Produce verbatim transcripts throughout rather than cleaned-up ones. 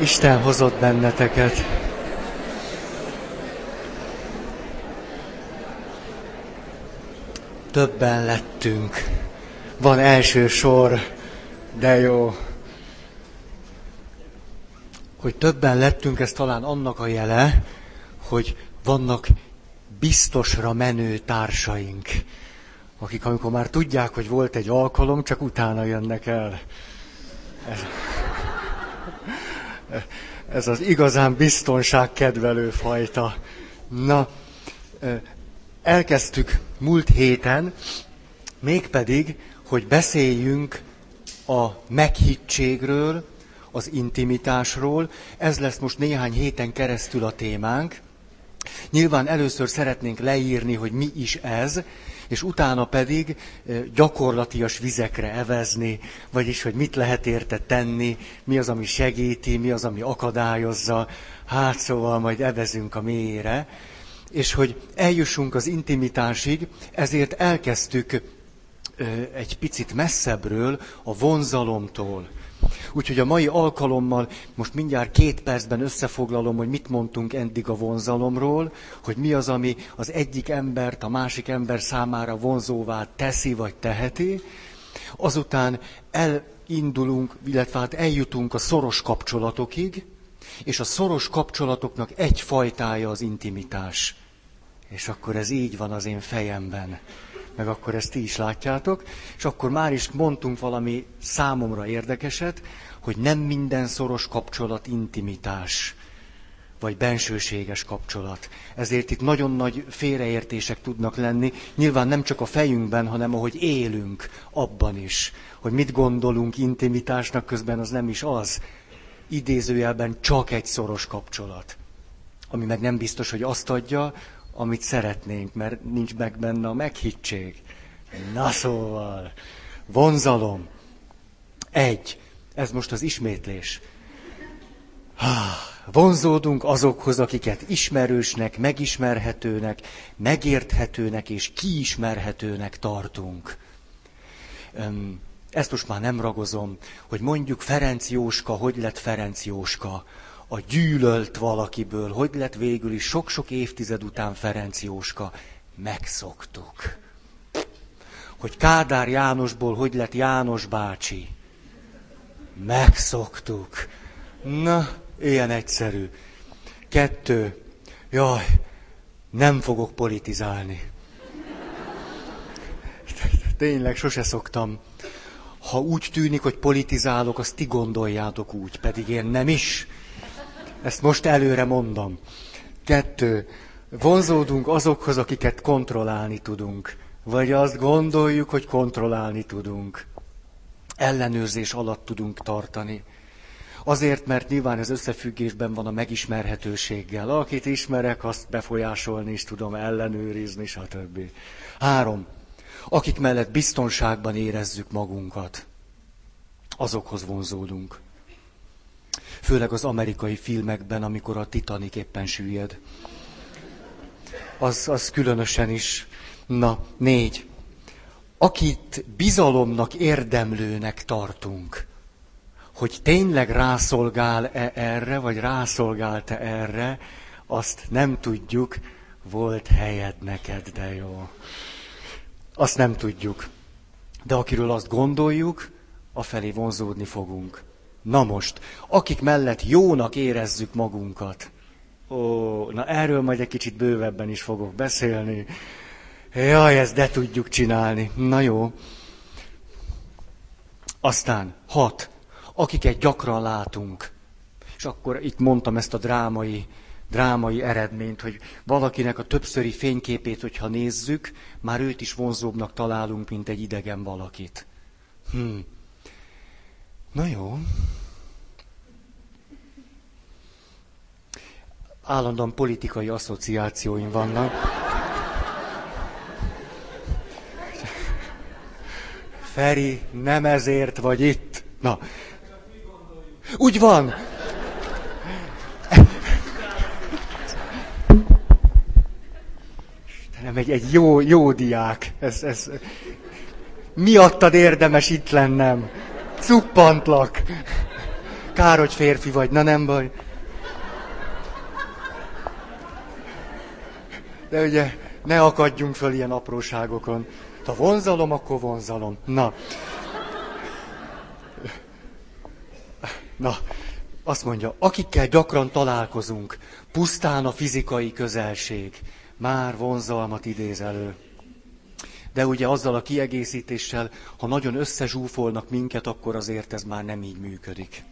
Isten hozott benneteket. Többen lettünk. Van első sor, de jó. Hogy többen lettünk, ez talán annak a jele, hogy vannak biztosra menő társaink, akik amikor már tudják, hogy volt egy alkalom, csak utána jönnek el. Ez, ez az igazán biztonságkedvelő fajta. Na, elkezdtük múlt héten, mégpedig, hogy beszéljünk a meghittségről, az intimitásról. Ez lesz most néhány héten keresztül a témánk. Nyilván először szeretnénk leírni, hogy mi is ez, és utána pedig gyakorlatias vizekre evezni, vagyis, hogy mit lehet érte tenni, mi az, ami segíti, mi az, ami akadályozza. Hát szóval majd evezünk a mélyére. És hogy eljussunk az intimitásig, ezért elkezdtük egy picit messzebbről, a vonzalomtól. Úgyhogy a mai alkalommal most mindjárt két percben összefoglalom, hogy mit mondtunk eddig a vonzalomról, hogy mi az, ami az egyik embert a másik ember számára vonzóvá teszi vagy teheti. Azután elindulunk, illetve hát eljutunk a szoros kapcsolatokig, és a szoros kapcsolatoknak egy fajtája az intimitás. És akkor ez így van az én fejemben. Meg akkor ezt ti is látjátok, és akkor már is mondtunk valami számomra érdekeset, hogy nem minden szoros kapcsolat intimitás, vagy bensőséges kapcsolat. Ezért itt nagyon nagy félreértések tudnak lenni, nyilván nem csak a fejünkben, hanem ahogy élünk, abban is, hogy mit gondolunk intimitásnak, közben az nem is az. Idézőjelben csak egy szoros kapcsolat, ami meg nem biztos, hogy azt adja, amit szeretnénk, mert nincs meg benne a meghittség. Na szóval, vonzalom. Egy. Ez most az ismétlés. Vonzódunk azokhoz, akiket ismerősnek, megismerhetőnek, megérthetőnek és kiismerhetőnek tartunk. Ezt most már nem ragozom, hogy mondjuk Ferenc Jóska, hogy lett Ferenc Jóska. A gyűlölt valakiből, hogy lett végül is sok-sok évtized után Ferenc Jóska, megszoktuk. Hogy Kádár Jánosból hogy lett János bácsi, megszoktuk. Na, ilyen egyszerű. Kettő, jaj, nem fogok politizálni. Tényleg, sose szoktam. Ha úgy tűnik, hogy politizálok, azt ti gondoljátok úgy, pedig én nem is. Ezt most előre mondom. Kettő. Vonzódunk azokhoz, akiket kontrollálni tudunk. Vagy azt gondoljuk, hogy kontrollálni tudunk. Ellenőrzés alatt tudunk tartani. Azért, mert nyilván ez összefüggésben van a megismerhetőséggel. Akit ismerek, azt befolyásolni is tudom, ellenőrizni, stb. Három. Akik mellett biztonságban érezzük magunkat. Azokhoz vonzódunk. Főleg az amerikai filmekben, amikor a Titanic éppen süllyed. Az, az különösen is. Na, négy. Akit bizalomnak érdemlőnek tartunk, hogy tényleg rászolgál-e erre, vagy rászolgált-e erre, azt nem tudjuk. Volt helyed neked, de jó. Azt nem tudjuk. De akiről azt gondoljuk, afelé vonzódni fogunk. Na most, akik mellett jónak érezzük magunkat. Ó, na erről majd egy kicsit bővebben is fogok beszélni. Jaj, ezt de tudjuk csinálni. Na jó. Aztán hat. Akiket gyakran látunk. És akkor itt mondtam ezt a drámai, drámai eredményt, hogy valakinek a többszöri fényképét, hogyha nézzük, már őt is vonzóbbnak találunk, mint egy idegen valakit. Hm. Na jó. Állandóan politikai asszociációim vannak. Feri, nem ezért vagy itt. Na. Úgy van. Istenem, egy, egy jó, jó diák. Ez, ez... Miattad érdemes itt lennem. Cuppantlak. kár, hogy férfi vagy, na nem baj. De ugye ne akadjunk föl ilyen apróságokon. Ha vonzalom, akkor vonzalom. Na. Na, azt mondja, akikkel gyakran találkozunk, pusztán a fizikai közelség, már vonzalmat idéz elő. De ugye azzal a kiegészítéssel, ha nagyon összezsúfolnak minket, akkor azért ez már nem így működik.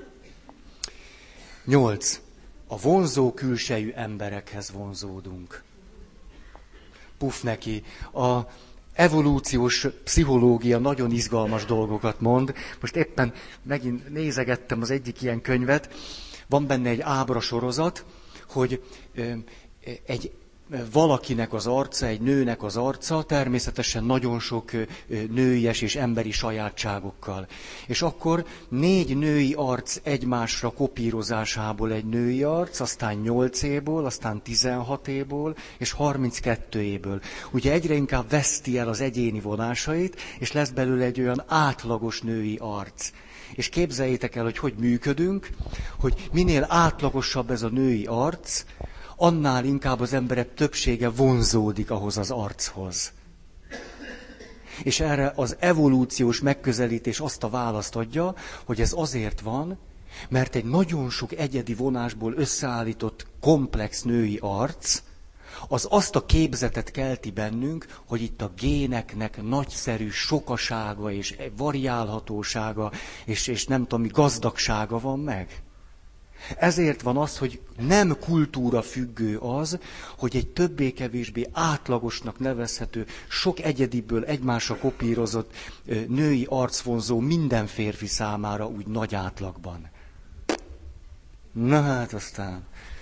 Nyolc. A vonzó külsejű emberekhez vonzódunk. Puff neki. A evolúciós pszichológia nagyon izgalmas dolgokat mond. Most éppen megint nézegettem az egyik ilyen könyvet. Van benne egy ábra sorozat, hogy egy valakinek az arca, egy nőnek az arca, természetesen nagyon sok nőies és emberi sajátságokkal. És akkor négy női arc egymásra kopírozásából egy női arc, aztán nyolcéból, aztán tizenhatéból és harminckettőéből. Ugye egyre inkább veszti el az egyéni vonásait, és lesz belőle egy olyan átlagos női arc. És képzeljétek el, hogy hogy működünk, hogy minél átlagosabb ez a női arc, annál inkább az emberek többsége vonzódik ahhoz az archoz. És erre az evolúciós megközelítés azt a választ adja, hogy ez azért van, mert egy nagyon sok egyedi vonásból összeállított komplex női arc, az azt a képzetet kelti bennünk, hogy itt a géneknek nagyszerű sokasága és variálhatósága, és, és nem tudom mi gazdagsága van meg. Ezért van az, hogy nem kultúra függő az, hogy egy többé-kevésbé átlagosnak nevezhető, sok egyediből egymásra kopírozott női arcvonzó minden férfi számára úgy nagy átlagban. Na hát aztán.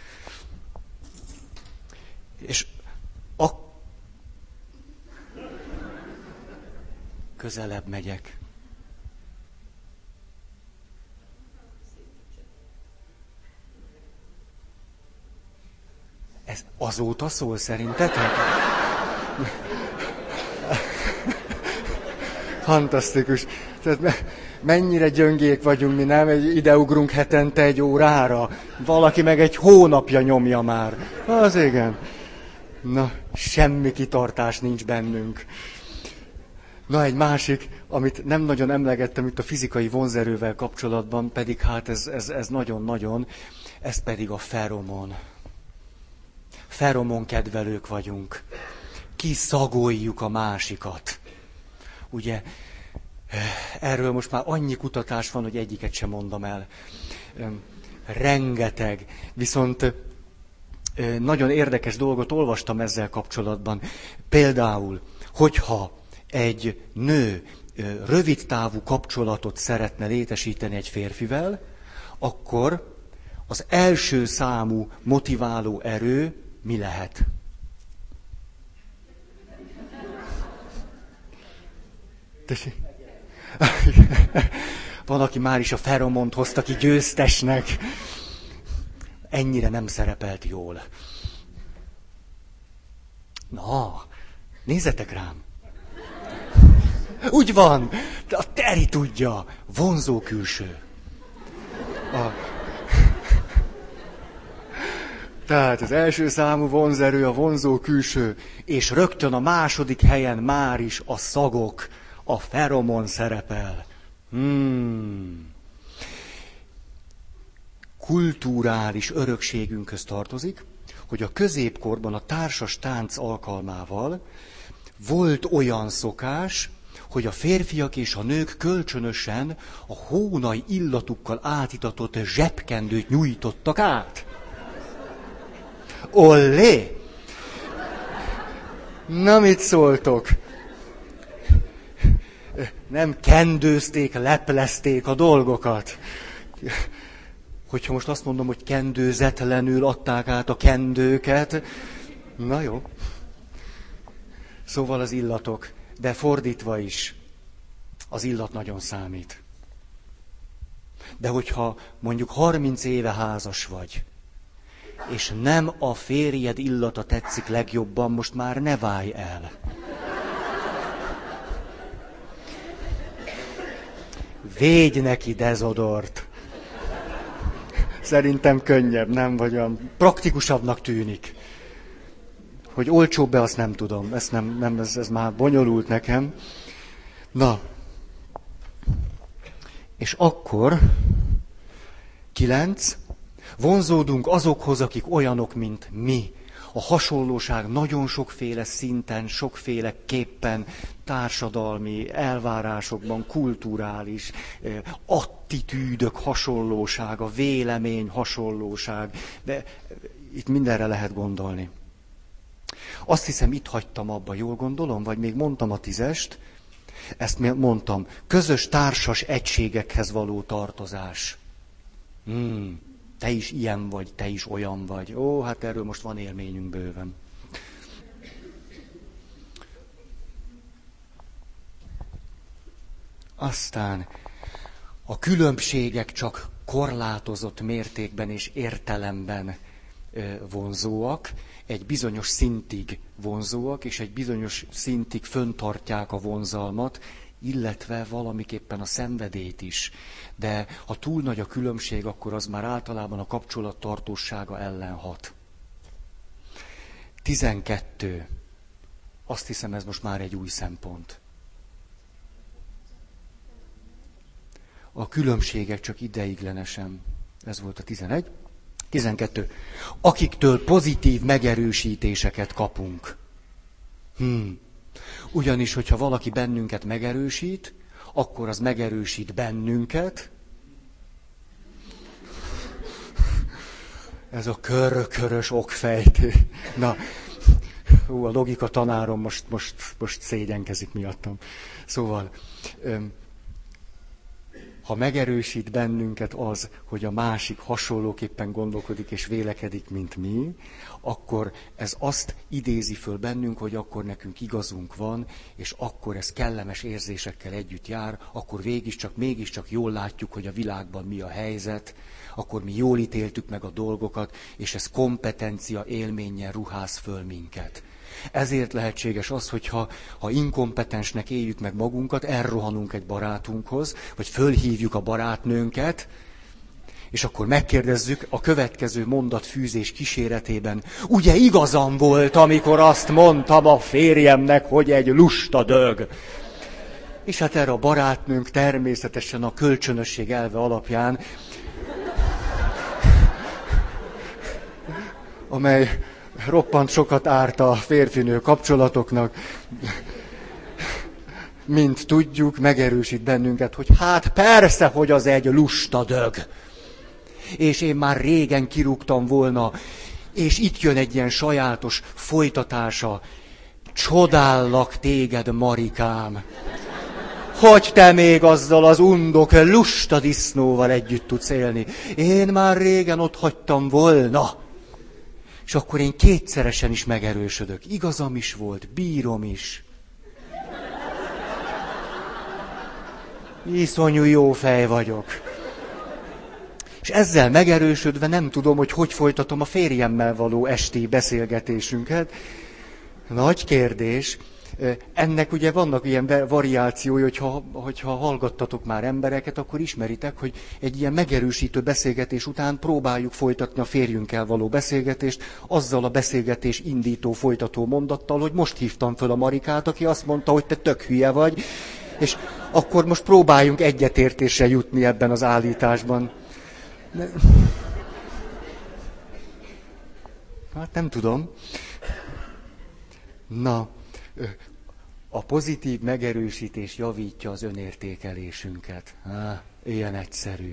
És a... közelebb megyek. Ez azóta szól szerintetek? Fantasztikus. Tehát mennyire gyöngék vagyunk mi, nem? Ideugrunk hetente egy órára. Valaki meg egy hónapja nyomja már. Az igen. Na, semmi kitartás nincs bennünk. Na, egy másik, amit nem nagyon emlegettem itt a fizikai vonzerővel kapcsolatban, pedig hát ez, ez, ez nagyon-nagyon, ez pedig a feromon. Feromon kedvelők vagyunk. Kiszagoljuk a másikat. Ugye, erről most már annyi kutatás van, hogy egyiket sem mondom el. Rengeteg. Viszont nagyon érdekes dolgot olvastam ezzel kapcsolatban. Például, hogyha egy nő rövidtávú kapcsolatot szeretne létesíteni egy férfivel, akkor az első számú motiváló erő mi lehet? Tessék? Van, aki már is a feromont hozta ki győztesnek. Ennyire nem szerepelt jól. Na, nézzetek rám. Úgy van, a Teri tudja, vonzó külső. A... Tehát az első számú vonzerő a vonzó külső, és rögtön a második helyen már is a szagok, a feromon szerepel. Hmm. Kulturális örökségünkhöz tartozik, hogy a középkorban a társas tánc alkalmával volt olyan szokás, hogy a férfiak és a nők kölcsönösen a hónai illatukkal átitatott zsebkendőt nyújtottak át. Ollé! Na, mit szóltok? Nem kendőzték, leplezték a dolgokat. Hogyha most azt mondom, hogy kendőzetlenül adták át a kendőket, na jó. Szóval az illatok, de fordítva is, az illat nagyon számít. De hogyha mondjuk harminc éve házas vagy, és nem a férjed illata tetszik legjobban, most már ne válj el. Védj neki dezodort. Szerintem könnyebb, nem? Vagy olyan praktikusabbnak tűnik. Hogy olcsóbb-e, azt nem tudom. Ezt nem, nem, ez, ez már bonyolult nekem. Na. És akkor, kilenc, vonzódunk azokhoz, akik olyanok, mint mi. A hasonlóság nagyon sokféle szinten, sokféle képpen, társadalmi elvárásokban, kulturális, attitűdök hasonlósága, vélemény hasonlóság, de itt mindenre lehet gondolni. Azt hiszem, itt hagytam abba, jól gondolom, vagy még mondtam a tízest, ezt mondtam, közös társas egységekhez való tartozás. Hmm. Te is ilyen vagy, te is olyan vagy. Ó, hát erről most van élményünk bőven. Aztán a különbségek csak korlátozott mértékben és értelemben vonzóak, egy bizonyos szintig vonzóak, és egy bizonyos szintig föntartják a vonzalmat, illetve valamiképpen a szenvedélyt is. De ha túl nagy a különbség, akkor az már általában a kapcsolat tartósága ellen hat. tizenkettő. Azt hiszem, ez most már egy új szempont. A különbségek csak ideiglenesen. Ez volt a tizenegy. tizenkettő. Akiktől pozitív megerősítéseket kapunk. Hmm. Ugyanis, hogyha valaki bennünket megerősít, akkor az megerősít bennünket. Ez a körökörös okfejtő. Na, ó, a logika tanárom most, most, most szégyenkezik miattam. Szóval, ha megerősít bennünket az, hogy a másik hasonlóképpen gondolkodik és vélekedik, mint mi, akkor ez azt idézi föl bennünk, hogy akkor nekünk igazunk van, és akkor ez kellemes érzésekkel együtt jár, akkor mégiscsak, mégiscsak jól látjuk, hogy a világban mi a helyzet, akkor mi jól ítéltük meg a dolgokat, és ez kompetencia élménnyel ruház föl minket. Ezért lehetséges az, hogyha ha inkompetensnek éljük meg magunkat, elrohanunk egy barátunkhoz, vagy fölhívjuk a barátnőnket, és akkor megkérdezzük a következő mondatfűzés kíséretében, ugye igazam volt, amikor azt mondtam a férjemnek, hogy egy lusta dög. És hát erre a barátnőnk természetesen a kölcsönösség elve alapján, amely roppant sokat árt a férfinő kapcsolatoknak, mint tudjuk, megerősít bennünket, hogy hát persze, hogy az egy lusta dög. És én már régen kirúgtam volna, és itt jön egy ilyen sajátos folytatása. Csodállak téged, Marikám, hogy te még azzal az undok lusta disznóval együtt tudsz élni. Én már régen ott hagytam volna. És akkor én kétszeresen is megerősödök. Igazam is volt, bírom is. Iszonyú jó fej vagyok. És ezzel megerősödve nem tudom, hogy hogy folytatom a férjemmel való esti beszélgetésünket. Nagy kérdés. Ennek ugye vannak ilyen variációi, hogyha, hogyha hallgattatok már embereket, akkor ismeritek, hogy egy ilyen megerősítő beszélgetés után próbáljuk folytatni a férjünkkel való beszélgetést, azzal a beszélgetés indító, folytató mondattal, hogy most hívtam föl a Marikát, aki azt mondta, hogy te tök hülye vagy, és akkor most próbáljunk egyetértésre jutni ebben az állításban. Hát nem tudom. Na, a pozitív megerősítés javítja az önértékelésünket. Há, ilyen egyszerű.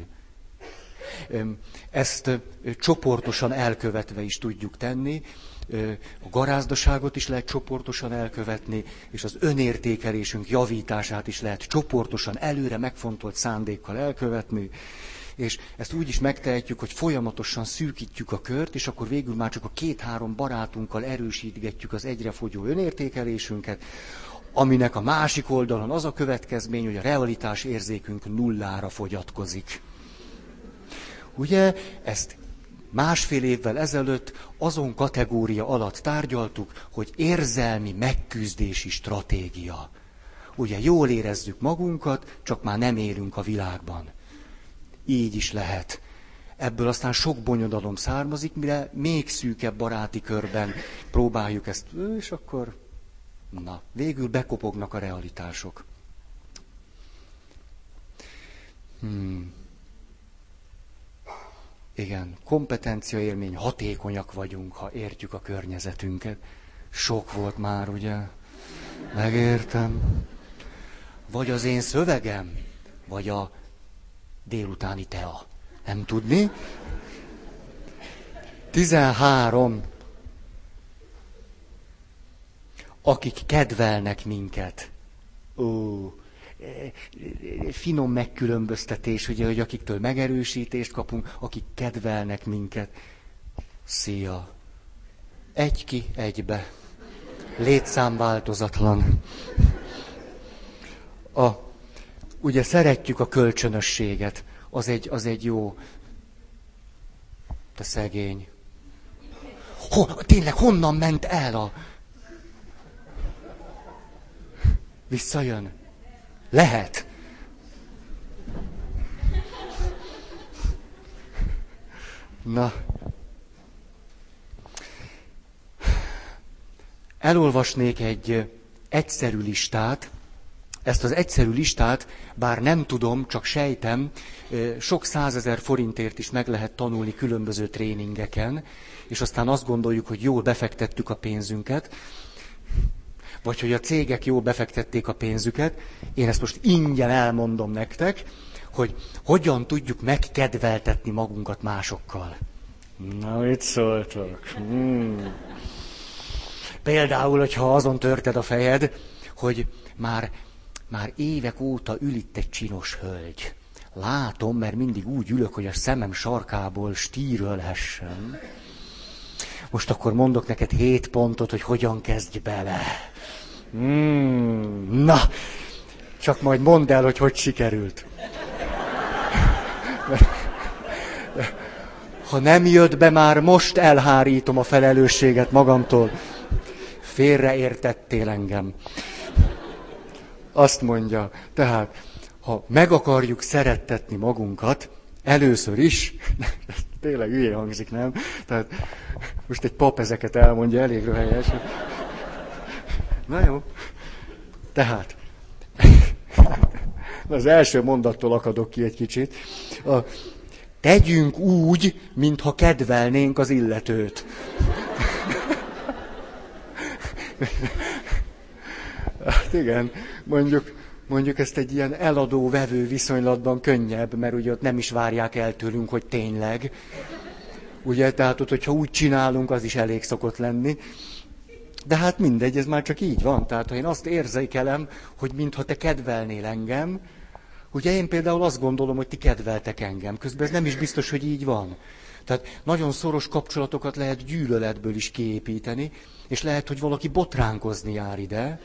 Ezt csoportosan elkövetve is tudjuk tenni. A garázdaságot is lehet csoportosan elkövetni, és az önértékelésünk javítását is lehet csoportosan, előre megfontolt szándékkal elkövetni. És ezt úgy is megtehetjük, hogy folyamatosan szűkítjük a kört, és akkor végül már csak a két-három barátunkkal erősítgetjük az egyre fogyó önértékelésünket, aminek a másik oldalon az a következmény, hogy a realitás érzékünk nullára fogyatkozik. Ugye ezt másfél évvel ezelőtt azon kategória alatt tárgyaltuk, hogy érzelmi megküzdési stratégia. Ugye jól érezzük magunkat, csak már nem élünk a világban. Így is lehet. ebből aztán sok bonyodalom származik, mire még szűkebb baráti körben próbáljuk ezt, és akkor, na, végül bekopognak a realitások. Hmm. Igen, kompetencia élmény, hatékonyak vagyunk, ha értjük a környezetünket. Sok volt már, ugye? Megértem. Vagy az én szövegem, vagy a délutáni tea. Nem tudni? Tizenhárom. Akik kedvelnek minket. Ó, finom megkülönböztetés, ugye, hogy akiktől megerősítést kapunk, akik kedvelnek minket. Szia! Egy ki, egybe. Létszám változatlan. A, ugye szeretjük a kölcsönösséget. Az egy, az egy jó... Te szegény. Ho, tényleg, honnan ment el a... Visszajön? Lehet. Na. Elolvasnék egy egyszerű listát. Ezt az egyszerű listát, bár nem tudom, csak sejtem, sok százezer forintért is meg lehet tanulni különböző tréningeken, és aztán azt gondoljuk, hogy jól befektettük a pénzünket, vagy hogy a cégek jól befektették a pénzüket. Én ezt most ingyen elmondom nektek, hogy hogyan tudjuk megkedveltetni magunkat másokkal. Na, mit szóltok? Hmm. Például, hogyha azon törted a fejed, hogy már, már évek óta ül itt egy csinos hölgy. Látom, mert mindig úgy ülök, hogy a szemem sarkából stírölhessen. Most akkor mondok neked hét pontot, hogy hogyan kezdj bele. Mm, na, csak majd mondd el, hogy hogy sikerült. Ha nem jött be, már most elhárítom a felelősséget magamtól. Félreértettél engem. Azt mondja, tehát, ha meg akarjuk szerettetni magunkat, először is, tényleg hülye hangzik, nem? Tehát most egy pap ezeket elmondja, elég röhelyes. Na jó. Tehát, az első mondattól akadok ki egy kicsit. A, tegyünk úgy, mintha kedvelnénk az illetőt. Hát igen, mondjuk, mondjuk ezt egy ilyen eladó-vevő viszonylatban könnyebb, mert ugye ott nem is várják el tőlünk, hogy tényleg. Ugye, tehát ott, hogyha úgy csinálunk, az is elég szokott lenni. De hát mindegy, ez már csak így van. Tehát ha én azt érzékelem, hogy mintha te kedvelnél engem, ugye én például azt gondolom, hogy ti kedveltek engem. Közben ez nem is biztos, hogy így van. Tehát nagyon szoros kapcsolatokat lehet gyűlöletből is kiépíteni, és lehet, hogy valaki botránkozni jár ide.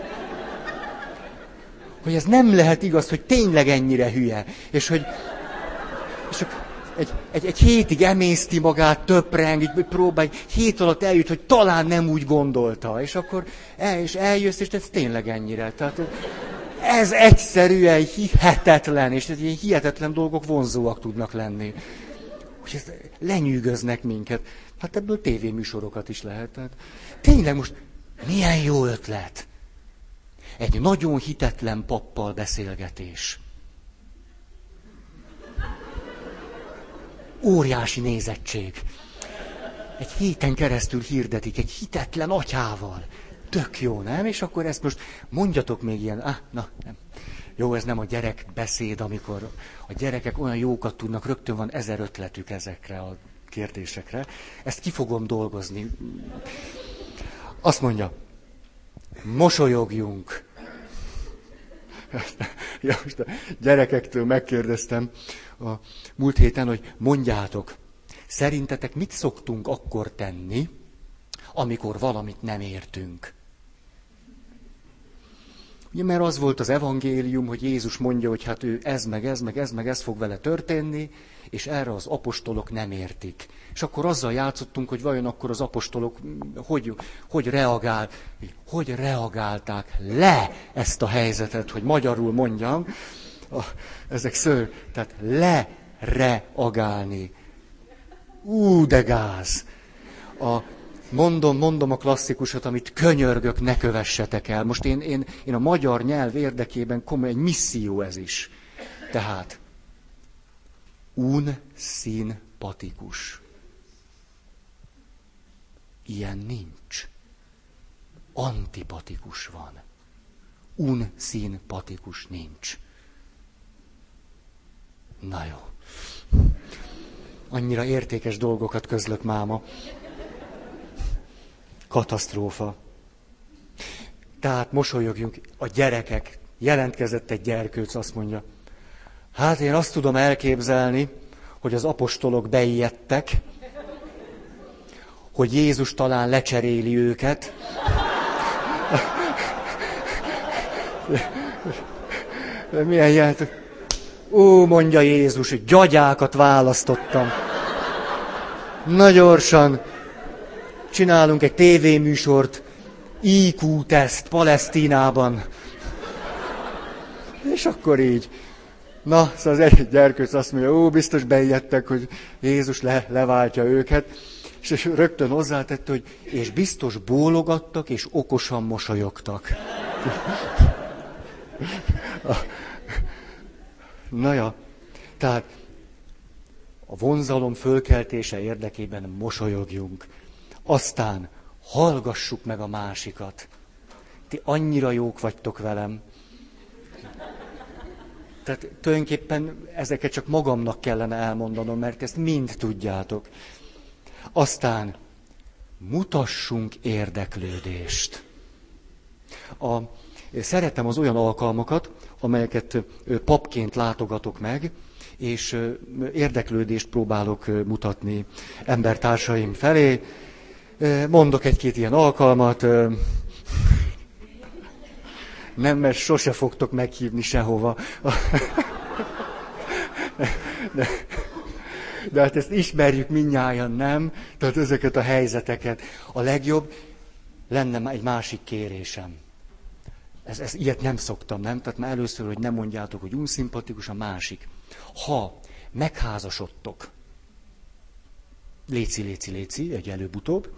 Hogy ez nem lehet igaz, hogy tényleg ennyire hülye. És hogy és egy, egy, egy hétig emészti magát, töpreng, így próbálj, hét alatt eljut, hogy talán nem úgy gondolta. És akkor el, és eljössz, és ez tényleg ennyire. Tehát ez egyszerűen hihetetlen, és ez ilyen hihetetlen dolgok vonzóak tudnak lenni. Hogy ez lenyűgöznek minket. Hát ebből tévéműsorokat is lehet. Tehát tényleg most milyen jó ötlet. Egy nagyon hitetlen pappal beszélgetés. Óriási nézettség. Egy héten keresztül hirdetik egy hitetlen atyával. Tök jó, nem? És akkor ezt most mondjatok még ilyen, ah, na, nem. Jó, ez nem a gyerek beszéd, amikor a gyerekek olyan jókat tudnak, rögtön van ezer ötletük ezekre a kérdésekre. Ezt ki fogom dolgozni. Azt mondja, mosolyogjunk. Ja, most a gyerekektől megkérdeztem a múlt héten, hogy mondjátok, szerintetek mit szoktunk akkor tenni, amikor valamit nem értünk? Ugye, mert az volt az evangélium, hogy Jézus mondja, hogy hát ő ez, meg ez, meg ez, meg ez fog vele történni, és erre az apostolok nem értik. És akkor azzal játszottunk, hogy vajon akkor az apostolok hogy, hogy reagál, hogy reagálták le ezt a helyzetet, hogy magyarul mondjam, a, ezek ször, tehát le-reagálni. Ú, de gáz! A, mondom, mondom a klasszikusot, amit könyörgök, ne kövessetek el. Most én, én, én a magyar nyelv érdekében komoly, egy misszió ez is. Tehát, unszimpatikus. Ilyen nincs. Antipatikus van. Unszimpatikus nincs. Na jó. Annyira értékes dolgokat közlök máma. Katasztrófa. Tehát mosolyogjunk. A gyerekek. Jelentkezett egy gyerkőc, azt mondja. Hát én azt tudom elképzelni, hogy az apostolok beijedtek, hogy Jézus talán lecseréli őket. De milyen jelent? Ó, mondja Jézus, hogy gyagyákat választottam. Na gyorsan, csinálunk egy tévéműsort, í kú-teszt Palesztinában. És akkor így. Na, szóval az egy gyerkőc azt mondja, ó, biztos beijedtek, hogy Jézus le, leváltja őket. És rögtön hozzátette, hogy és biztos bólogattak, és okosan mosolyogtak. Na ja, tehát a vonzalom fölkeltése érdekében mosolyogjunk. Aztán hallgassuk meg a másikat. Ti annyira jók vagytok velem. Tehát tulajdonképpen ezeket csak magamnak kellene elmondanom, mert ezt mind tudjátok. Aztán mutassunk érdeklődést. A, szeretem az olyan alkalmakat, amelyeket papként látogatok meg, és érdeklődést próbálok mutatni embertársaim felé. Mondok egy-két ilyen alkalmat. Nem, mert sose fogtok meghívni sehova. De, de hát ezt ismerjük mindnyájan, nem? Tehát ezeket a helyzeteket. A legjobb lenne egy másik kérésem. Ez, ez, ilyet nem szoktam, nem? Tehát már először, hogy nem mondjátok, hogy unszimpatikus, a másik. Ha megházasodtok, léci, léci, léci, egy előbb-utóbb,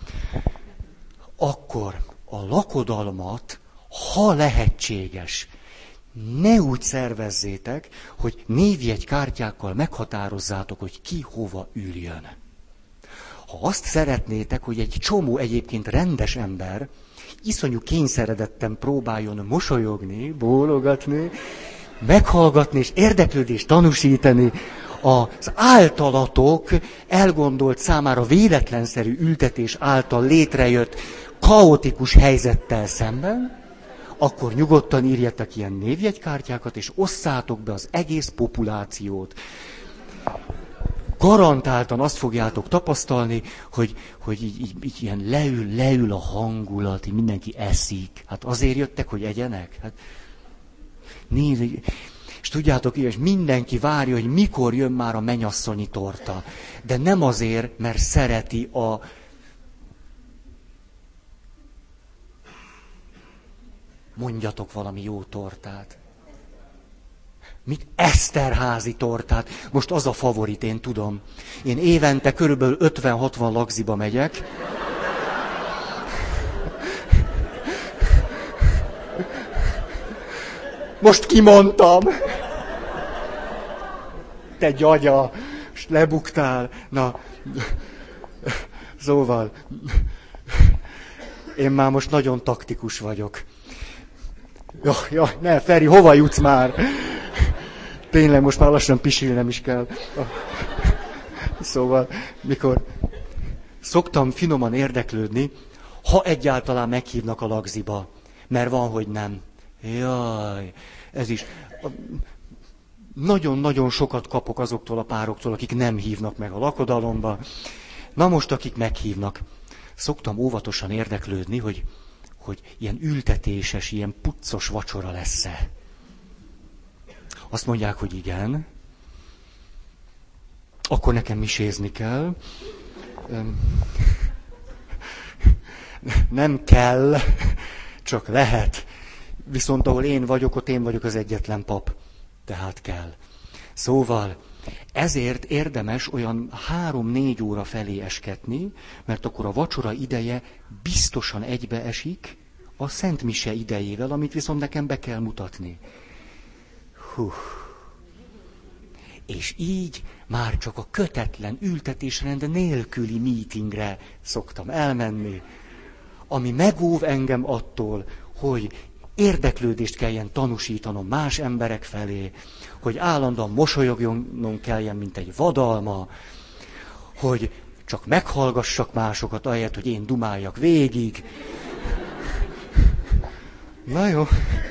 akkor a lakodalmat, ha lehetséges, ne úgy szervezzétek, hogy névjegykártyákkal meghatározzátok, hogy ki hova üljön. Ha azt szeretnétek, hogy egy csomó egyébként rendes ember iszonyú kényszeredetten próbáljon mosolyogni, bólogatni, meghallgatni és érdeklődést tanúsítani az általatok elgondolt számára véletlenszerű ültetés által létrejött kaotikus helyzettel szemben, akkor nyugodtan írjatok ilyen névjegykártyákat, és osszátok be az egész populációt. Garantáltan azt fogjátok tapasztalni, hogy, hogy így, így, így ilyen leül, leül a hangulat, így mindenki eszik. Hát azért jöttek, hogy egyenek? Hát, nézd, és tudjátok, és mindenki várja, hogy mikor jön már a mennyasszonyi torta. De nem azért, mert szereti a... Mondjatok valami jó tortát. Mit? Eszterházi tortát. Most az a favorit, én tudom. Én évente körülbelül ötven-hatvan lagziba megyek. Most kimondtam. Te gyagya, és lebuktál. Na, szóval, én már most nagyon taktikus vagyok. Jaj, jaj, ne, Feri, hova jutsz már? Tényleg most már lassan pisilnem is kell. Szóval, mikor szoktam finoman érdeklődni, ha egyáltalán meghívnak a lagziba, mert van, hogy nem. Jaj, ez is. Nagyon-nagyon sokat kapok azoktól a pároktól, akik nem hívnak meg a lakodalomba. Na most, akik meghívnak, szoktam óvatosan érdeklődni, hogy, hogy ilyen ültetéses, ilyen puccos vacsora lesz-e. Azt mondják, hogy igen. Akkor nekem misézni kell. Nem kell, csak lehet. Viszont ahol én vagyok, ott én vagyok az egyetlen pap. Tehát kell. Szóval Ezért érdemes olyan három-négy óra felé esketni, mert akkor a vacsora ideje biztosan egybeesik a Szent Mise idejével, amit viszont nekem be kell mutatni. Hú. És így már csak a kötetlen ültetésrend nélküli meetingre szoktam elmenni, ami megóv engem attól, hogy érdeklődést kelljen tanúsítanom más emberek felé, hogy állandóan mosolyognom kelljen, mint egy vadalma, hogy csak meghallgassak másokat, ahelyett, hogy én dumáljak végig. Na jó.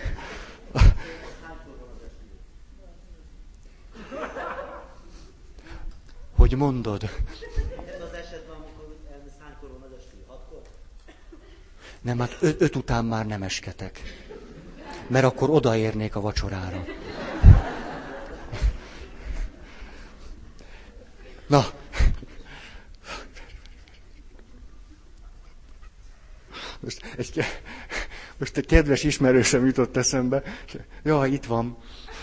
Hogy mondod? Ez az esetben, amikor elmész hánykor van az esti? Hatkor? Nem, hát öt, öt után már nem esketek. Mert akkor odaérnék a vacsorára. Na. Most egy, most egy kedves ismerősöm jutott eszembe. Jaj, itt van.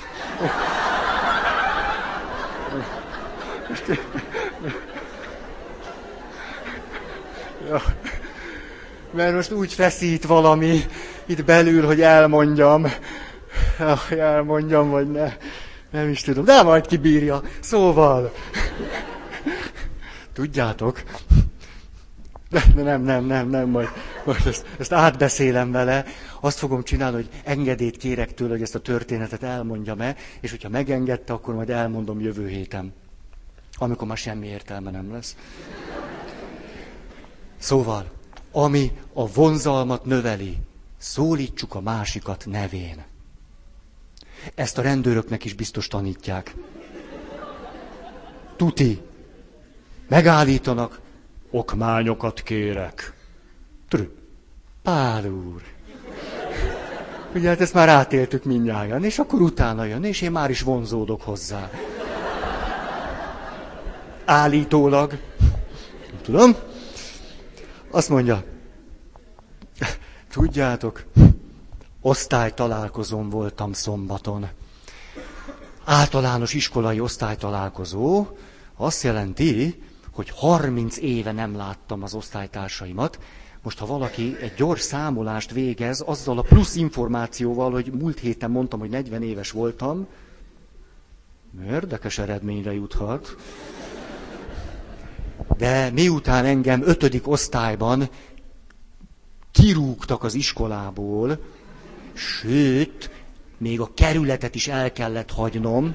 Ja. Mert most úgy feszít valami itt belül, hogy elmondjam. Elmondjam, vagy ne. Nem is tudom, de majd kibírja. Szóval. Tudjátok? De nem, nem, nem, nem, majd, majd ezt, ezt átbeszélem vele. Azt fogom csinálni, hogy engedélyt kérek tőle, hogy ezt a történetet elmondjam-e, és hogyha megengedte, akkor majd elmondom jövő héten. Amikor már semmi értelme nem lesz. Szóval, ami a vonzalmat növeli, szólítsuk a másikat nevén. Ezt a rendőröknek is biztos tanítják. Tuti. Megállítanak. Okmányokat kérek. Trü. Pál úr. Ugye hát ezt már átéltük mindnyájan, és akkor utána jön, és én már is vonzódok hozzá. Állítólag. Nem tudom. Azt mondja, tudjátok, osztálytalálkozón voltam szombaton. Általános iskolai osztálytalálkozó azt jelenti, hogy harminc éve nem láttam az osztálytársaimat. Most, ha valaki egy gyors számolást végez, azzal a plusz információval, hogy múlt héten mondtam, hogy negyven éves voltam, érdekes eredményre juthat. De miután engem ötödik osztályban kirúgtak az iskolából, sőt, még a kerületet is el kellett hagynom.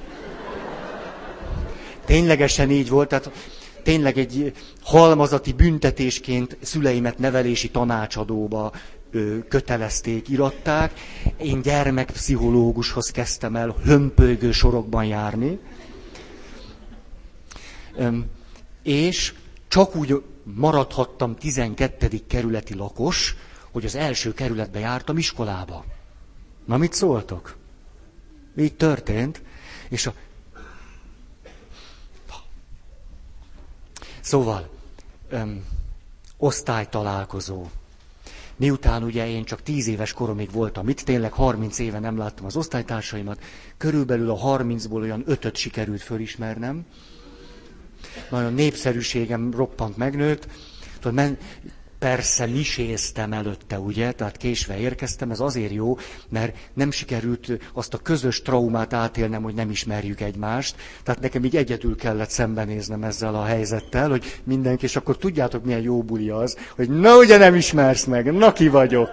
Ténylegesen így volt, tehát tényleg egy halmazati büntetésként szüleimet nevelési tanácsadóba ö, kötelezték, iratták. Én gyermekpszichológushoz kezdtem el hömpölygő sorokban járni. Öm, és csak úgy maradhattam tizenkettedik kerületi lakos, hogy az első kerületbe jártam iskolába. Na, mit szóltok? Így történt. És a... Szóval, öm, osztálytalálkozó. Miután ugye én csak tíz éves koromig voltam itt, tényleg harminc éve nem láttam az osztálytársaimat, körülbelül a harmincból olyan ötöt sikerült fölismernem. Nagyon népszerűségem roppant megnőtt. Tudod, men... Persze miséztem előtte, ugye, tehát késve érkeztem, ez azért jó, mert nem sikerült azt a közös traumát átélnem, hogy nem ismerjük egymást. Tehát nekem így egyedül kellett szembenéznem ezzel a helyzettel, hogy mindenki, és akkor tudjátok, milyen jó buli az, hogy na ugye nem ismersz meg, na ki vagyok.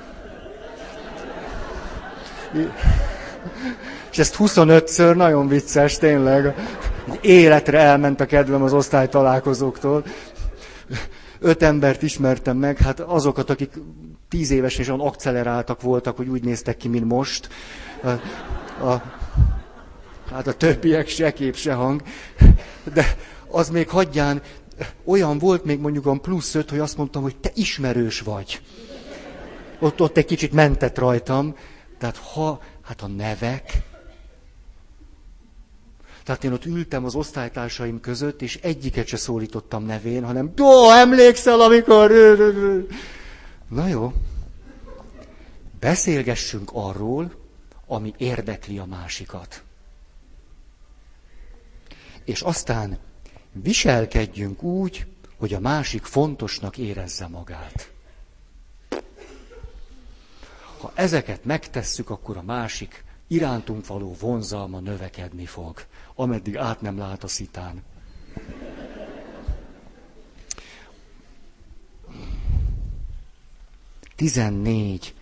És ezt huszonötször nagyon vicces, tényleg. Életre elment a kedvem az osztálytalálkozóktól. Öt embert ismertem meg, hát azokat, akik tíz évesen is olyan akceleráltak voltak, hogy úgy néztek ki, mint most. A, a, hát a többiek se kép, se hang. De az még hagyján, olyan volt még mondjuk a plusz öt, hogy azt mondtam, hogy te ismerős vagy. Ott, ott egy kicsit mentett rajtam. Tehát ha, hát a nevek... Tehát én ott ültem az osztálytársaim között, és egyiket se szólítottam nevén, hanem ó, emlékszel, amikor... Na jó. Beszélgessünk arról, ami érdekli a másikat. És aztán viselkedjünk úgy, hogy a másik fontosnak érezze magát. Ha ezeket megtesszük, akkor a másik irántunk való vonzalma növekedni fog, ameddig át nem lát a szitán. tizennégy.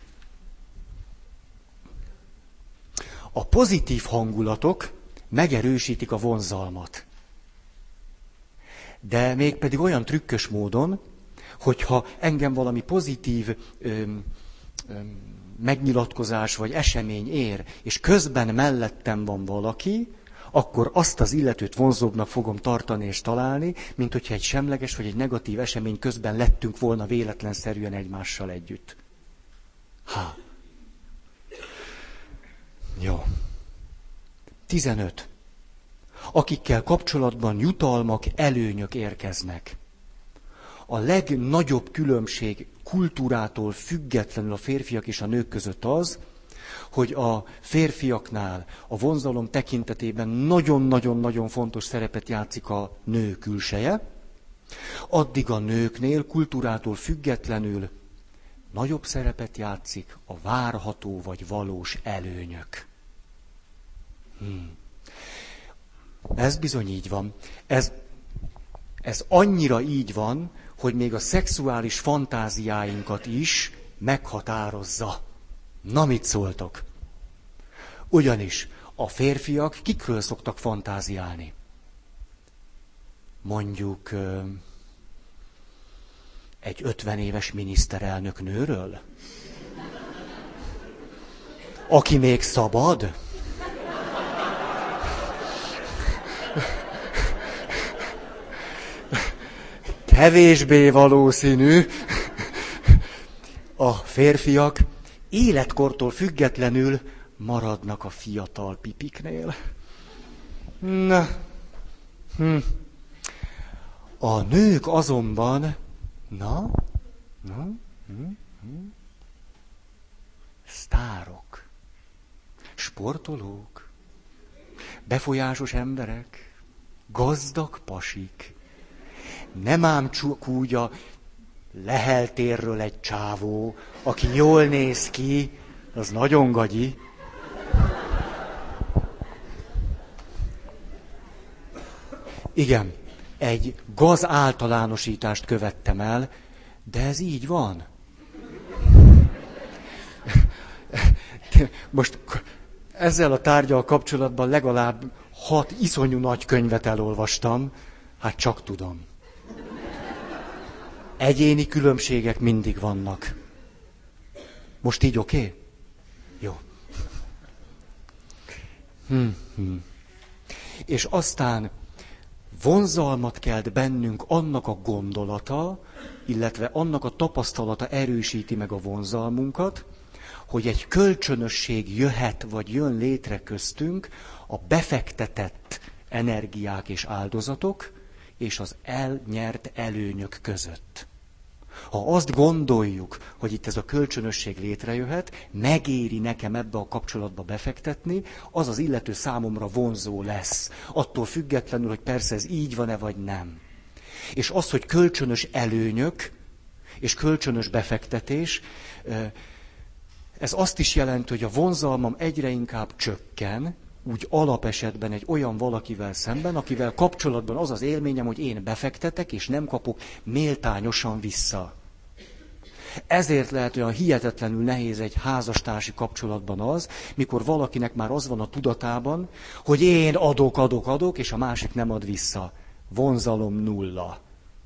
A pozitív hangulatok megerősítik a vonzalmat. De mégpedig olyan trükkös módon, hogyha engem valami pozitív öm, öm, megnyilatkozás vagy esemény ér, és közben mellettem van valaki, akkor azt az illetőt vonzóbbnak fogom tartani és találni, mint hogyha egy semleges vagy egy negatív esemény közben lettünk volna véletlenszerűen egymással együtt. Há. Jó. tizenöt. Akikkel kapcsolatban jutalmak, előnyök érkeznek. A legnagyobb különbség kultúrától függetlenül a férfiak és a nők között az, hogy a férfiaknál a vonzalom tekintetében nagyon-nagyon-nagyon fontos szerepet játszik a nő külseje, addig a nőknél kultúrától függetlenül nagyobb szerepet játszik a várható vagy valós előnyök. Hmm. Ez bizony így van. Ez, ez annyira így van, hogy még a szexuális fantáziáinkat is meghatározza. Na, mit szóltok? Ugyanis a férfiak kikről szoktak fantáziálni? Mondjuk egy ötven éves miniszterelnök nőről? Aki még szabad? Kevésbé valószínű. A férfiak életkortól függetlenül maradnak a fiatal pipiknél. Na. Hm. A nők azonban, na, na, hm, hm. sztárok, sportolók, befolyásos emberek, gazdag pasik. Nem ám csak úgy a Leheltérről egy csávó, aki jól néz ki, az nagyon gagyi. Igen, egy gaz általánosítást követtem el, de ez így van. Most ezzel a tárgyal kapcsolatban legalább hat iszonyú nagy könyvet elolvastam, hát csak tudom. Egyéni különbségek mindig vannak. Most így oké? Okay? Jó. Hm, hm. És aztán vonzalmat kelt bennünk annak a gondolata, illetve annak a tapasztalata erősíti meg a vonzalmunkat, hogy egy kölcsönösség jöhet vagy jön létre köztünk a befektetett energiák és áldozatok és az elnyert előnyök között. Ha azt gondoljuk, hogy itt ez a kölcsönösség létrejöhet, megéri nekem ebbe a kapcsolatba befektetni, az az illető számomra vonzó lesz. Attól függetlenül, hogy persze ez így van-e vagy nem. És az, hogy kölcsönös előnyök és kölcsönös befektetés, ez azt is jelenti, hogy a vonzalmam egyre inkább csökken, úgy alapesetben egy olyan valakivel szemben, akivel kapcsolatban az az élményem, hogy én befektetek, és nem kapok méltányosan vissza. Ezért lehet olyan hihetetlenül nehéz egy házastársi kapcsolatban az, mikor valakinek már az van a tudatában, hogy én adok, adok, adok, és a másik nem ad vissza. Vonzalom nulla.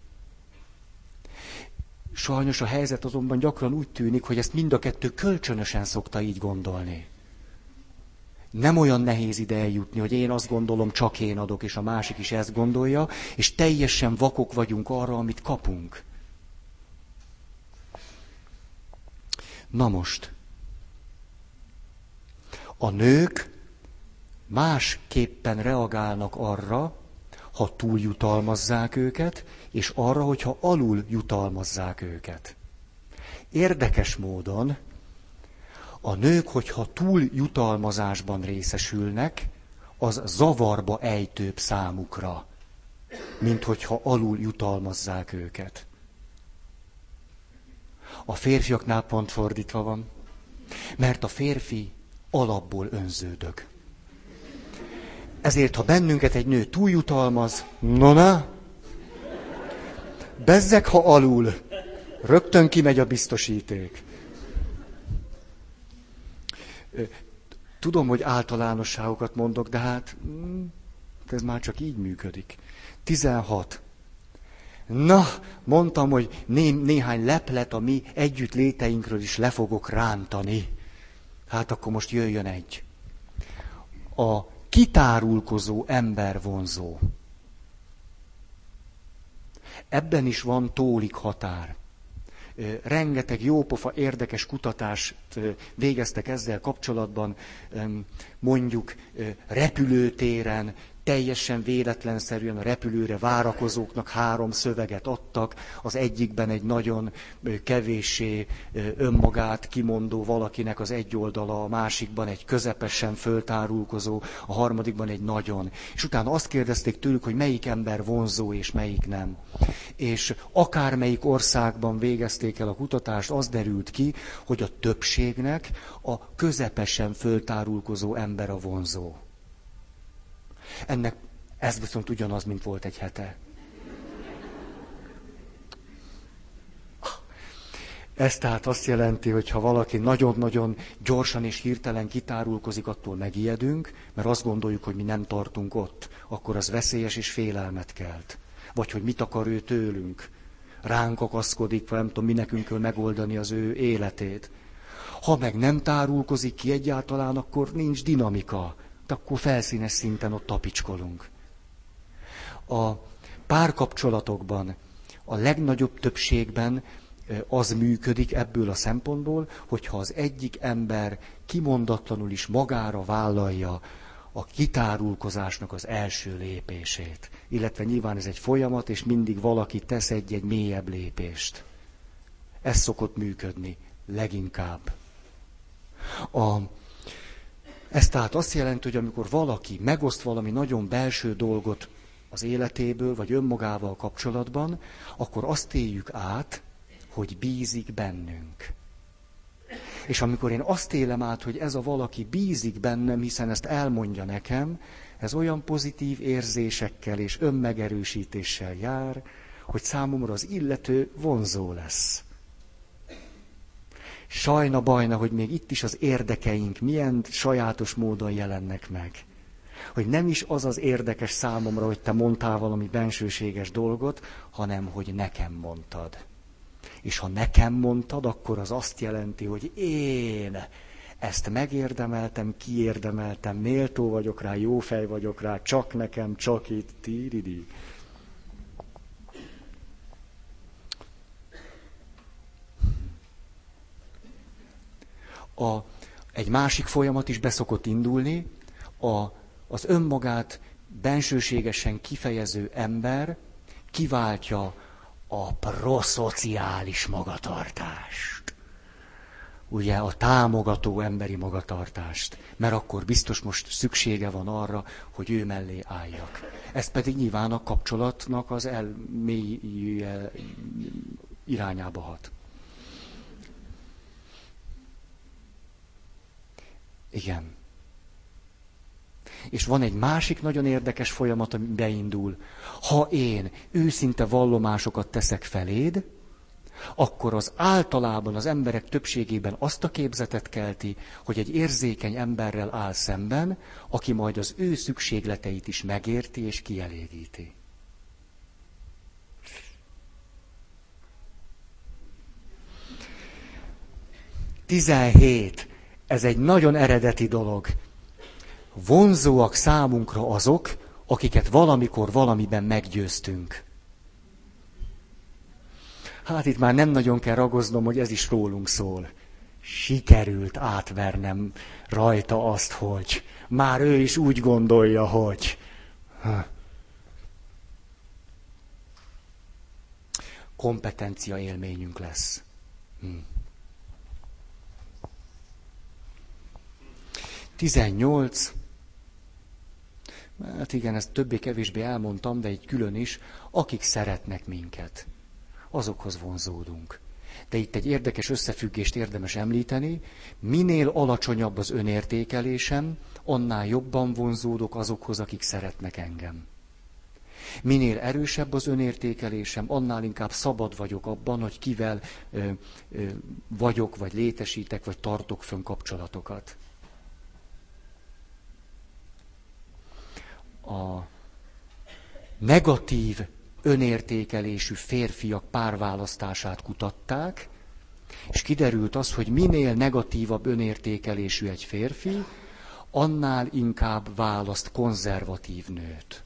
Sajnos a helyzet azonban gyakran úgy tűnik, hogy ezt mind a kettő kölcsönösen szokta így gondolni. Nem olyan nehéz ide eljutni, hogy én azt gondolom, csak én adok, és a másik is ezt gondolja, és teljesen vakok vagyunk arra, amit kapunk. Na most, a nők másképpen reagálnak arra, ha túljutalmazzák őket, és arra, hogyha alul jutalmazzák őket. Érdekes módon a nők, hogyha túljutalmazásban részesülnek, az zavarba ejtőbb számukra, mint hogyha alul jutalmazzák őket. A férfiaknál pont fordítva van, mert a férfi alapból önződög. Ezért, ha bennünket egy nő túljutalmaz, na-na, bezzeg, ha alul, rögtön kimegy a biztosíték. Tudom, hogy általánosságokat mondok, de hát ez már csak így működik. tizenhat. Na, mondtam, hogy né- néhány leplet a mi együttléteinkről is le fogok rántani. Hát akkor most jöjjön egy. A kitárulkozó ember vonzó. Ebben is van tólik határ. Rengeteg jópofa, érdekes kutatást végeztek ezzel kapcsolatban, mondjuk repülőtéren, teljesen véletlenszerűen a repülőre várakozóknak három szöveget adtak, az egyikben egy nagyon kevéssé önmagát kimondó valakinek az egy oldala, a másikban egy közepesen föltárulkozó, a harmadikban egy nagyon. És utána azt kérdezték tőlük, hogy melyik ember vonzó és melyik nem. És akármelyik országban végezték el a kutatást, az derült ki, hogy a többségnek a közepesen föltárulkozó ember a vonzó. Ennek ez viszont ugyanaz, mint volt egy hete. Ez tehát azt jelenti, hogy ha valaki nagyon-nagyon gyorsan és hirtelen kitárulkozik, attól megijedünk, mert azt gondoljuk, hogy mi nem tartunk ott, akkor az veszélyes és félelmet kelt. Vagy hogy mit akar ő tőlünk. Ránk akaszkodik, vagy nem tudom, mi nekünk kell megoldani az ő életét. Ha meg nem tárulkozik ki egyáltalán, akkor nincs dinamika. De akkor felszínes szinten ott tapicskolunk. A párkapcsolatokban a legnagyobb többségben az működik ebből a szempontból, hogyha az egyik ember kimondatlanul is magára vállalja a kitárulkozásnak az első lépését. Illetve nyilván ez egy folyamat, és mindig valaki tesz egy-egy mélyebb lépést. Ez szokott működni leginkább. A Ez tehát azt jelenti, hogy amikor valaki megoszt valami nagyon belső dolgot az életéből, vagy önmagával kapcsolatban, akkor azt éljük át, hogy bízik bennünk. És amikor én azt élem át, hogy ez a valaki bízik bennem, hiszen ezt elmondja nekem, ez olyan pozitív érzésekkel és önmegerősítéssel jár, hogy számomra az illető vonzó lesz. Sajna bajna, hogy még itt is az érdekeink milyen sajátos módon jelennek meg. Hogy nem is az az érdekes számomra, hogy te mondtál valami bensőséges dolgot, hanem hogy nekem mondtad. És ha nekem mondtad, akkor az azt jelenti, hogy én ezt megérdemeltem, kiérdemeltem, méltó vagyok rá, jó fej vagyok rá, csak nekem, csak itt, tíridi. A, egy másik folyamat is beszokott indulni, a, az önmagát bensőségesen kifejező ember kiváltja a proszociális magatartást. Ugye a támogató emberi magatartást, mert akkor biztos most szüksége van arra, hogy ő mellé álljak. Ez pedig nyilván a kapcsolatnak az elmélyülje irányába hat. Igen. És van egy másik nagyon érdekes folyamat, ami beindul. Ha én őszinte vallomásokat teszek feléd, akkor az általában az emberek többségében azt a képzetet kelti, hogy egy érzékeny emberrel áll szemben, aki majd az ő szükségleteit is megérti és kielégíti. tizenhét. Ez egy nagyon eredeti dolog. Vonzóak számunkra azok, akiket valamikor valamiben meggyőztünk. Hát itt már nem nagyon kell ragoznom, hogy ez is rólunk szól. Sikerült átvernem rajta azt, hogy már ő is úgy gondolja, hogy... Kompetencia élményünk lesz. Hm. tizennyolc. hát igen, ezt többé-kevésbé elmondtam, de egy külön is, akik szeretnek minket, azokhoz vonzódunk. De itt egy érdekes összefüggést érdemes említeni, minél alacsonyabb az önértékelésem, annál jobban vonzódok azokhoz, akik szeretnek engem. Minél erősebb az önértékelésem, annál inkább szabad vagyok abban, hogy kivel ö, ö, vagyok, vagy létesítek, vagy tartok fönn kapcsolatokat. A negatív önértékelésű férfiak párválasztását kutatták, és kiderült az, hogy minél negatívabb önértékelésű egy férfi, annál inkább választ konzervatív nőt.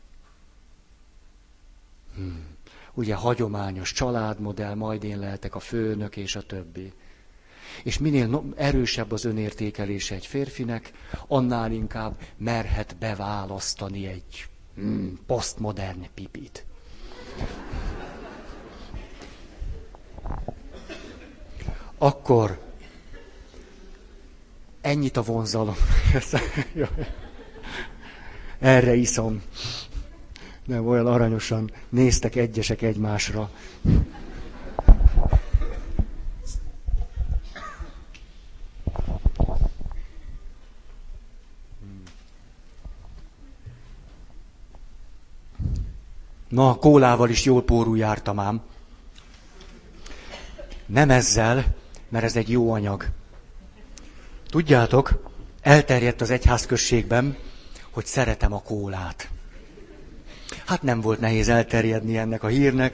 Hmm. Ugye hagyományos családmodell, majd én lehetek a főnök és a többi. És minél erősebb az önértékelése egy férfinek, annál inkább merhet beválasztani egy hmm, posztmodern pipit. Akkor ennyit a vonzalom. Erre iszom. Nem olyan aranyosan néztek egyesek egymásra. Na, kólával is jól pórul jártam ám. Nem ezzel, mert ez egy jó anyag. Tudjátok, elterjedt az egyházközségben, hogy szeretem a kólát. Hát nem volt nehéz elterjedni ennek a hírnek.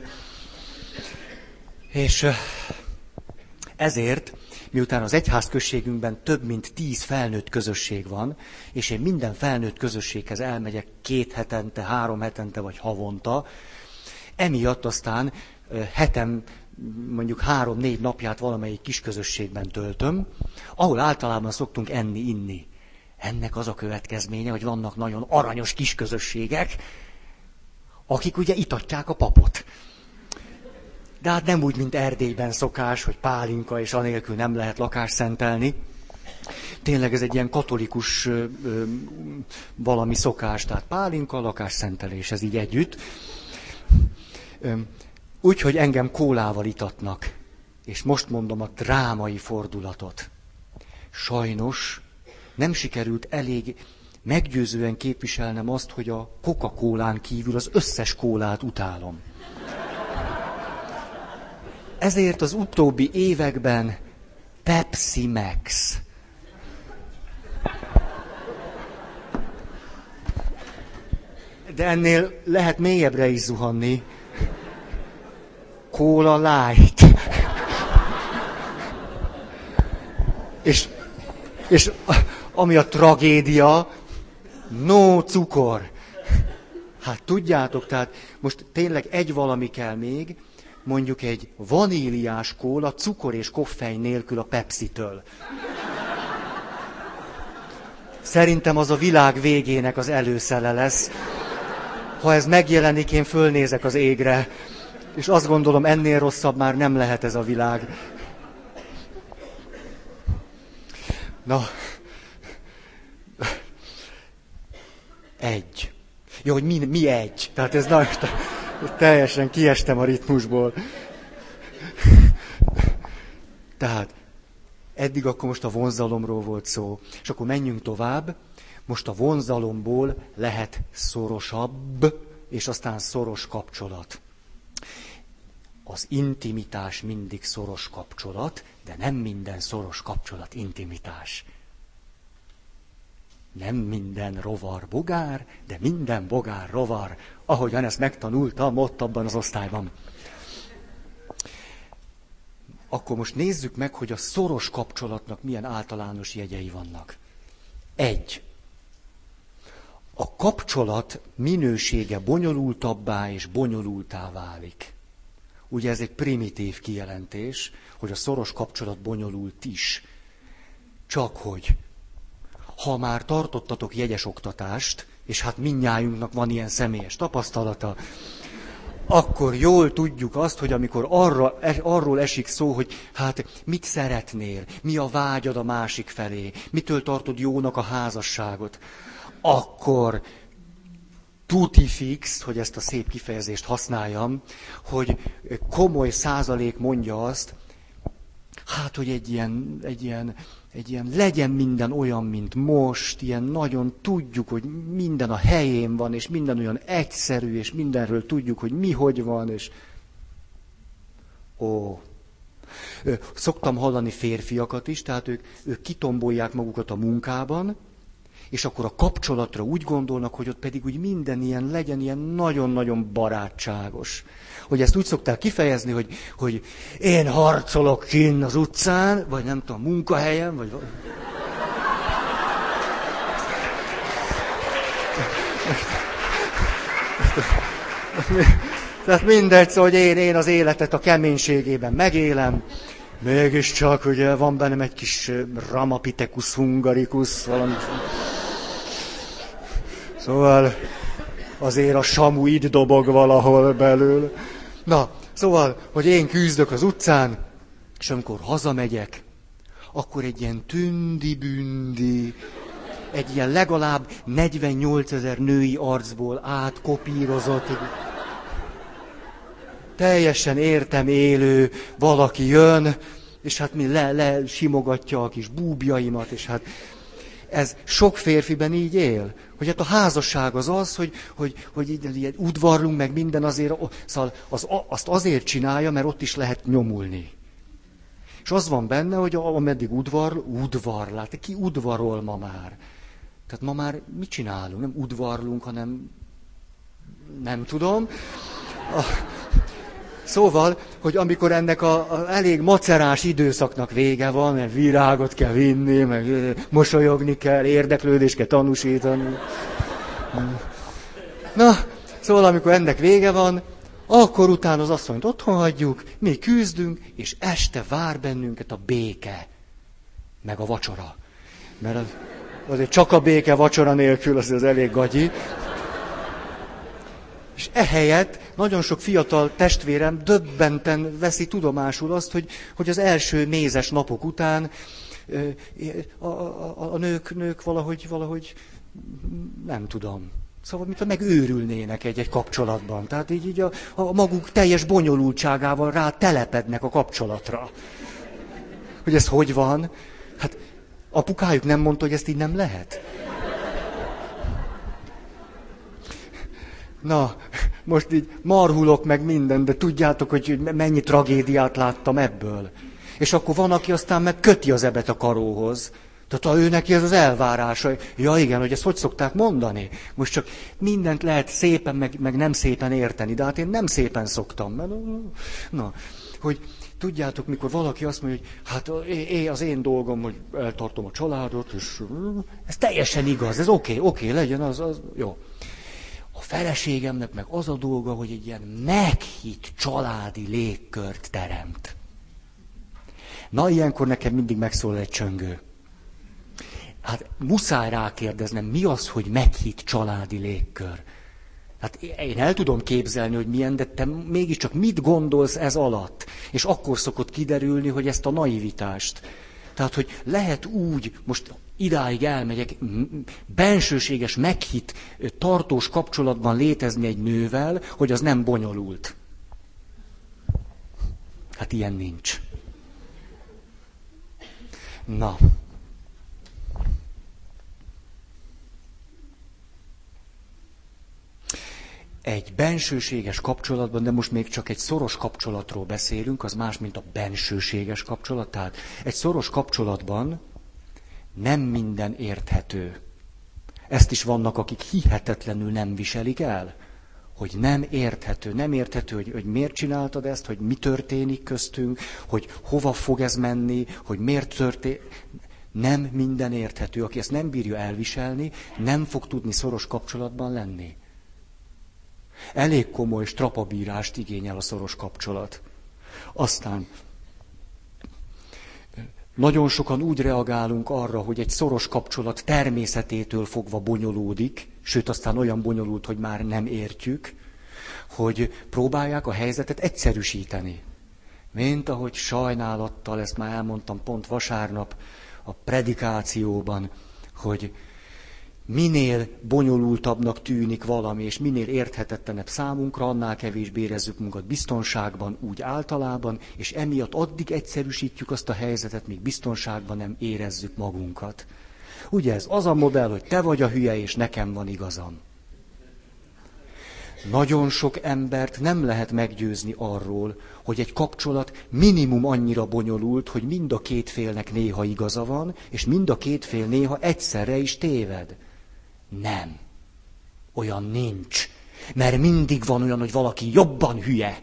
És ezért, miután az egyházközségünkben több mint tíz felnőtt közösség van, és én minden felnőtt közösséghez elmegyek két hetente, három hetente vagy havonta, emiatt aztán hetem mondjuk három-négy napját valamelyik kis közösségben töltöm, ahol általában szoktunk enni, inni. Ennek az a következménye, hogy vannak nagyon aranyos kis közösségek, akik ugye itatják a papot. De hát nem úgy, mint Erdélyben szokás, hogy pálinka, és anélkül nem lehet lakást szentelni. Tényleg ez egy ilyen katolikus ö, ö, valami szokás, tehát pálinka, lakásszentelés, ez így együtt. Úgyhogy engem kólával itatnak. És most mondom a drámai fordulatot. Sajnos nem sikerült elég meggyőzően képviselnem azt, hogy a Coca-Colán kívül az összes kólát utálom. Ezért az utóbbi években Pepsi Max. De ennél lehet mélyebbre is zuhanni. Cola Light. és, és ami a tragédia, no cukor. Hát tudjátok, tehát most tényleg egy valami kell még, mondjuk egy vaníliás kóla cukor és koffein nélkül a Pepsi-től. Szerintem az a világ végének az előszele lesz. Ha ez megjelenik, én fölnézek az égre, és azt gondolom, ennél rosszabb már nem lehet ez a világ. Na, egy. Jó, hogy mi, mi egy. Tehát ez nagy, teljesen kiestem a ritmusból. Tehát eddig akkor most a vonzalomról volt szó. És akkor menjünk tovább. Most a vonzalomból lehet szorosabb, és aztán szoros kapcsolat. Az intimitás mindig szoros kapcsolat, de nem minden szoros kapcsolat intimitás. Nem minden rovar bogár, de minden bogár rovar, ahogyan ezt megtanultam ott abban az osztályban. Akkor most nézzük meg, hogy a szoros kapcsolatnak milyen általános jegyei vannak. Egy. A kapcsolat minősége bonyolultabbá és bonyolultá válik. Ugye ez egy primitív kijelentés, hogy a szoros kapcsolat bonyolult is. Csak hogy, ha már tartottatok jegyes oktatást, és hát mindnyájunknak van ilyen személyes tapasztalata, akkor jól tudjuk azt, hogy amikor arra, arról esik szó, hogy hát mit szeretnél, mi a vágyad a másik felé, mitől tartod jónak a házasságot, akkor tuti fix, hogy ezt a szép kifejezést használjam, hogy komoly százalék mondja azt, hát, hogy egy ilyen, egy ilyen, egy ilyen legyen minden olyan, mint most, ilyen nagyon tudjuk, hogy minden a helyén van, és minden olyan egyszerű, és mindenről tudjuk, hogy mi hogy van, és... Ó... Szoktam hallani férfiakat is, tehát ők, ők kitombolják magukat a munkában, és akkor a kapcsolatra úgy gondolnak, hogy ott pedig úgy minden ilyen legyen, ilyen nagyon-nagyon barátságos. Hogy ezt úgy szokták kifejezni, hogy, hogy én harcolok kinn az utcán, vagy nem tudom, munkahelyen, vagy... Tehát mindegy, szóval, hogy én, én az életet a keménységében megélem, mégiscsak ugye van bennem egy kis Ramapithecus hungaricus, valami... Szóval azért a Samu itt dobog valahol belül. Na, szóval, hogy én küzdök az utcán, és amikor hazamegyek, akkor egy ilyen tündi-bündi, egy ilyen legalább negyvennyolcezer női arcból átkopírozott, teljesen értem élő valaki jön, és hát mi le, le simogatja a kis búbjaimat, és hát ez sok férfiben így él. Hogy hát a házasság az az, hogy, hogy, hogy így, így udvarlunk meg minden azért, szóval az, azt azért csinálja, mert ott is lehet nyomulni. És az van benne, hogy ameddig udvar, udvarlát, ki udvarol ma már? Tehát ma már mit csinálunk? Nem udvarlunk, hanem nem tudom. A, Szóval, hogy amikor ennek a, a elég macerás időszaknak vége van, mert virágot kell vinni, meg mosolyogni kell, érdeklődést kell tanúsítani. Na, szóval amikor ennek vége van, akkor utána az asszonyt otthon hagyjuk, mi küzdünk, és este vár bennünket a béke, meg a vacsora. Mert az, azért csak a béke vacsora nélkül az, az elég gagyi. És ehelyett nagyon sok fiatal testvérem döbbenten veszi tudomásul azt, hogy, hogy az első mézes napok után a, a, a nők, nők valahogy, valahogy nem tudom. Szóval, mintha megőrülnének egy-egy kapcsolatban. Tehát így, így a, a maguk teljes bonyolultságával rá telepednek a kapcsolatra. Hogy ez hogy van? Hát apukájuk nem mondta, hogy ezt így nem lehet. Na, most így marhulok meg minden, de tudjátok, hogy mennyi tragédiát láttam ebből. És akkor van, aki aztán meg köti az ebet a karóhoz. Tehát a ő neki ez az elvárása. Ja igen, hogy ezt hogy szokták mondani? Most csak mindent lehet szépen, meg, meg nem szépen érteni, de hát én nem szépen szoktam. Mert, na, hogy tudjátok, mikor valaki azt mondja, hogy hát é, az én dolgom, hogy eltartom a családot, és ez teljesen igaz, ez oké, okay, oké, okay, legyen az, az, jó. A feleségemnek meg az a dolga, hogy egy ilyen meghitt családi légkört teremt. Na, ilyenkor nekem mindig megszólal egy csöngő. Hát muszáj rákérdeznem, mi az, hogy meghitt családi légkör? Hát én el tudom képzelni, hogy milyen, de te mégiscsak mit gondolsz ez alatt? És akkor szokott kiderülni, hogy ezt a naivitást. Tehát, hogy lehet úgy, most idáig elmegyek, bensőséges, meghitt, tartós kapcsolatban létezni egy nővel, hogy az nem bonyolult. Hát ilyen nincs. Na. Egy bensőséges kapcsolatban, de most még csak egy szoros kapcsolatról beszélünk, az más, mint a bensőséges kapcsolat. Tehát egy szoros kapcsolatban nem minden érthető. Ezt is vannak, akik hihetetlenül nem viselik el, hogy nem érthető, nem érthető, hogy, hogy miért csináltad ezt, hogy mi történik köztünk, hogy hova fog ez menni, hogy miért történik. Nem minden érthető. Aki ezt nem bírja elviselni, nem fog tudni szoros kapcsolatban lenni. Elég komoly strapabírást igényel a szoros kapcsolat. Aztán nagyon sokan úgy reagálunk arra, hogy egy szoros kapcsolat természetétől fogva bonyolódik, sőt aztán olyan bonyolult, hogy már nem értjük, hogy próbálják a helyzetet egyszerűsíteni. Mint ahogy sajnálattal, ezt már elmondtam pont vasárnap a predikációban, hogy minél bonyolultabbnak tűnik valami, és minél érthetetlenebb számunkra, annál kevésbé érezzük magunkat biztonságban, úgy általában, és emiatt addig egyszerűsítjük azt a helyzetet, míg biztonságban nem érezzük magunkat. Ugye ez az a modell, hogy te vagy a hülye, és nekem van igazam. Nagyon sok embert nem lehet meggyőzni arról, hogy egy kapcsolat minimum annyira bonyolult, hogy mind a két félnek néha igaza van, és mind a két fél néha egyszerre is téved. Nem. Olyan nincs. Mert mindig van olyan, hogy valaki jobban hülye.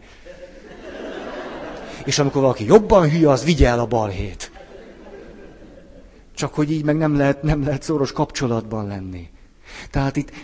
És amikor valaki jobban hülye, az vigye el a balhét. Csak hogy így meg nem lehet, nem lehet szoros kapcsolatban lenni. Tehát itt...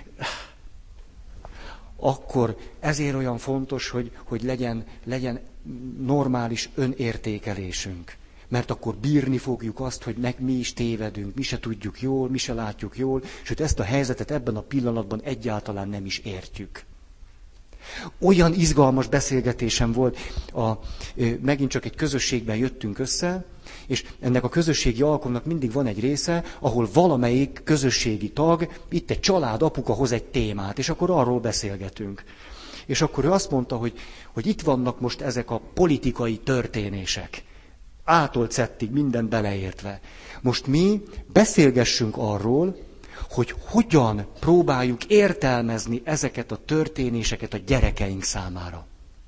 Akkor ezért olyan fontos, hogy, hogy legyen, legyen normális önértékelésünk. Mert akkor bírni fogjuk azt, hogy meg mi is tévedünk, mi se tudjuk jól, mi se látjuk jól, sőt ezt a helyzetet ebben a pillanatban egyáltalán nem is értjük. Olyan izgalmas beszélgetésem volt, a, megint csak egy közösségben jöttünk össze, és ennek a közösségi alkalomnak mindig van egy része, ahol valamelyik közösségi tag, itt egy család, apuka hoz egy témát, és akkor arról beszélgetünk. És akkor ő azt mondta, hogy, hogy itt vannak most ezek a politikai történések. Ától cettig, mindent beleértve. Most mi beszélgessünk arról, hogy hogyan próbáljuk értelmezni ezeket a történéseket a gyerekeink számára.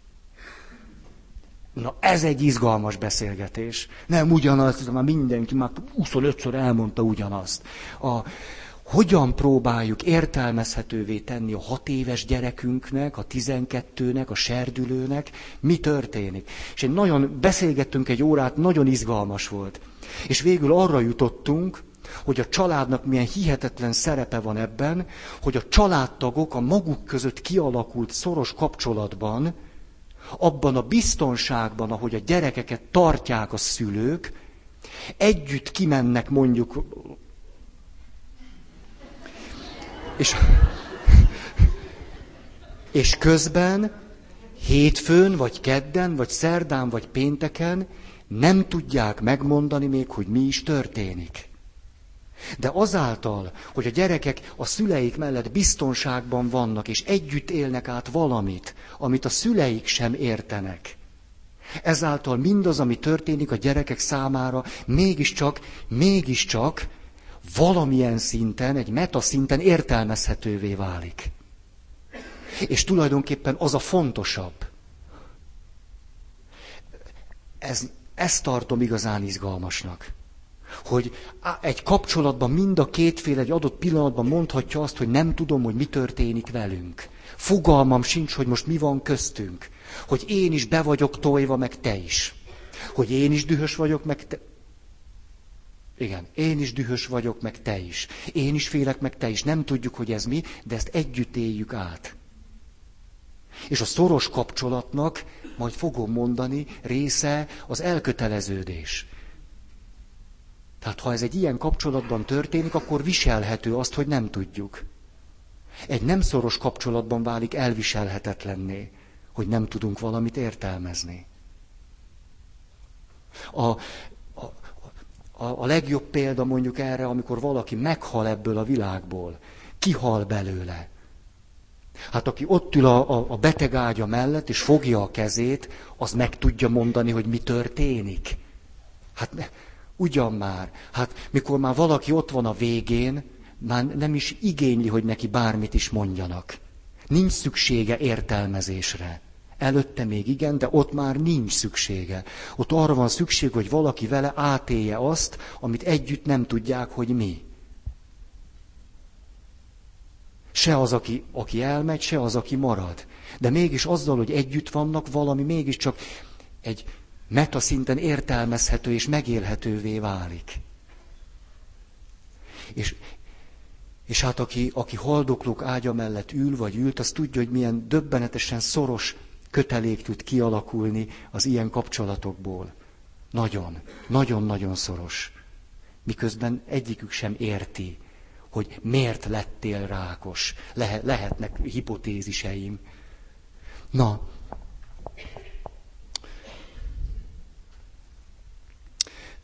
Na, ez egy izgalmas beszélgetés. Nem ugyanaz, már mindenki már huszonötször elmondta ugyanazt. A, hogyan próbáljuk értelmezhetővé tenni a hat éves gyerekünknek, a tizenkettőnek, a serdülőnek, mi történik. És egy nagyon, beszélgettünk egy órát, nagyon izgalmas volt. És végül arra jutottunk, hogy a családnak milyen hihetetlen szerepe van ebben, hogy a családtagok a maguk között kialakult szoros kapcsolatban, abban a biztonságban, ahogy a gyerekeket tartják a szülők, együtt kimennek mondjuk, és, és közben hétfőn, vagy kedden, vagy szerdán, vagy pénteken nem tudják megmondani még, hogy mi is történik. De azáltal, hogy a gyerekek a szüleik mellett biztonságban vannak, és együtt élnek át valamit, amit a szüleik sem értenek, ezáltal mindaz, ami történik a gyerekek számára, mégiscsak, mégiscsak valamilyen szinten, egy metaszinten értelmezhetővé válik. És tulajdonképpen az a fontosabb. Ez, ezt tartom igazán izgalmasnak. Hogy egy kapcsolatban mind a két fél egy adott pillanatban mondhatja azt, hogy nem tudom, hogy mi történik velünk. Fogalmam sincs, hogy most mi van köztünk. Hogy én is be vagyok tojva, meg te is. Hogy én is dühös vagyok, meg te... Igen, én is dühös vagyok, meg te is. Én is félek, meg te is. Nem tudjuk, hogy ez mi, de ezt együtt éljük át. És a szoros kapcsolatnak, majd fogom mondani, része az elköteleződés. Tehát ha ez egy ilyen kapcsolatban történik, akkor viselhető azt, hogy nem tudjuk. Egy nem szoros kapcsolatban válik elviselhetetlenné, hogy nem tudunk valamit értelmezni. A, a, a, a legjobb példa mondjuk erre, amikor valaki meghal ebből a világból, kihal belőle. Hát aki ott ül a, a, a beteg ágya mellett, és fogja a kezét, az meg tudja mondani, hogy mi történik. Hát ugyan már, hát mikor már valaki ott van a végén, már nem is igényli, hogy neki bármit is mondjanak. Nincs szüksége értelmezésre. Előtte még igen, de ott már nincs szüksége. Ott arra van szükség, hogy valaki vele átélje azt, amit együtt nem tudják, hogy mi. Se az, aki, aki elmegy, se az, aki marad. De mégis azzal, hogy együtt vannak, valami mégiscsak egy metaszinten értelmezhető és megélhetővé válik. És, és hát aki, aki haldoklók ágya mellett ül, vagy ült, az tudja, hogy milyen döbbenetesen szoros kötelék tud kialakulni az ilyen kapcsolatokból. Nagyon, nagyon-nagyon szoros. Miközben egyikük sem érti, hogy miért lettél rákos. Lehet, lehetnek hipotéziseim. Na,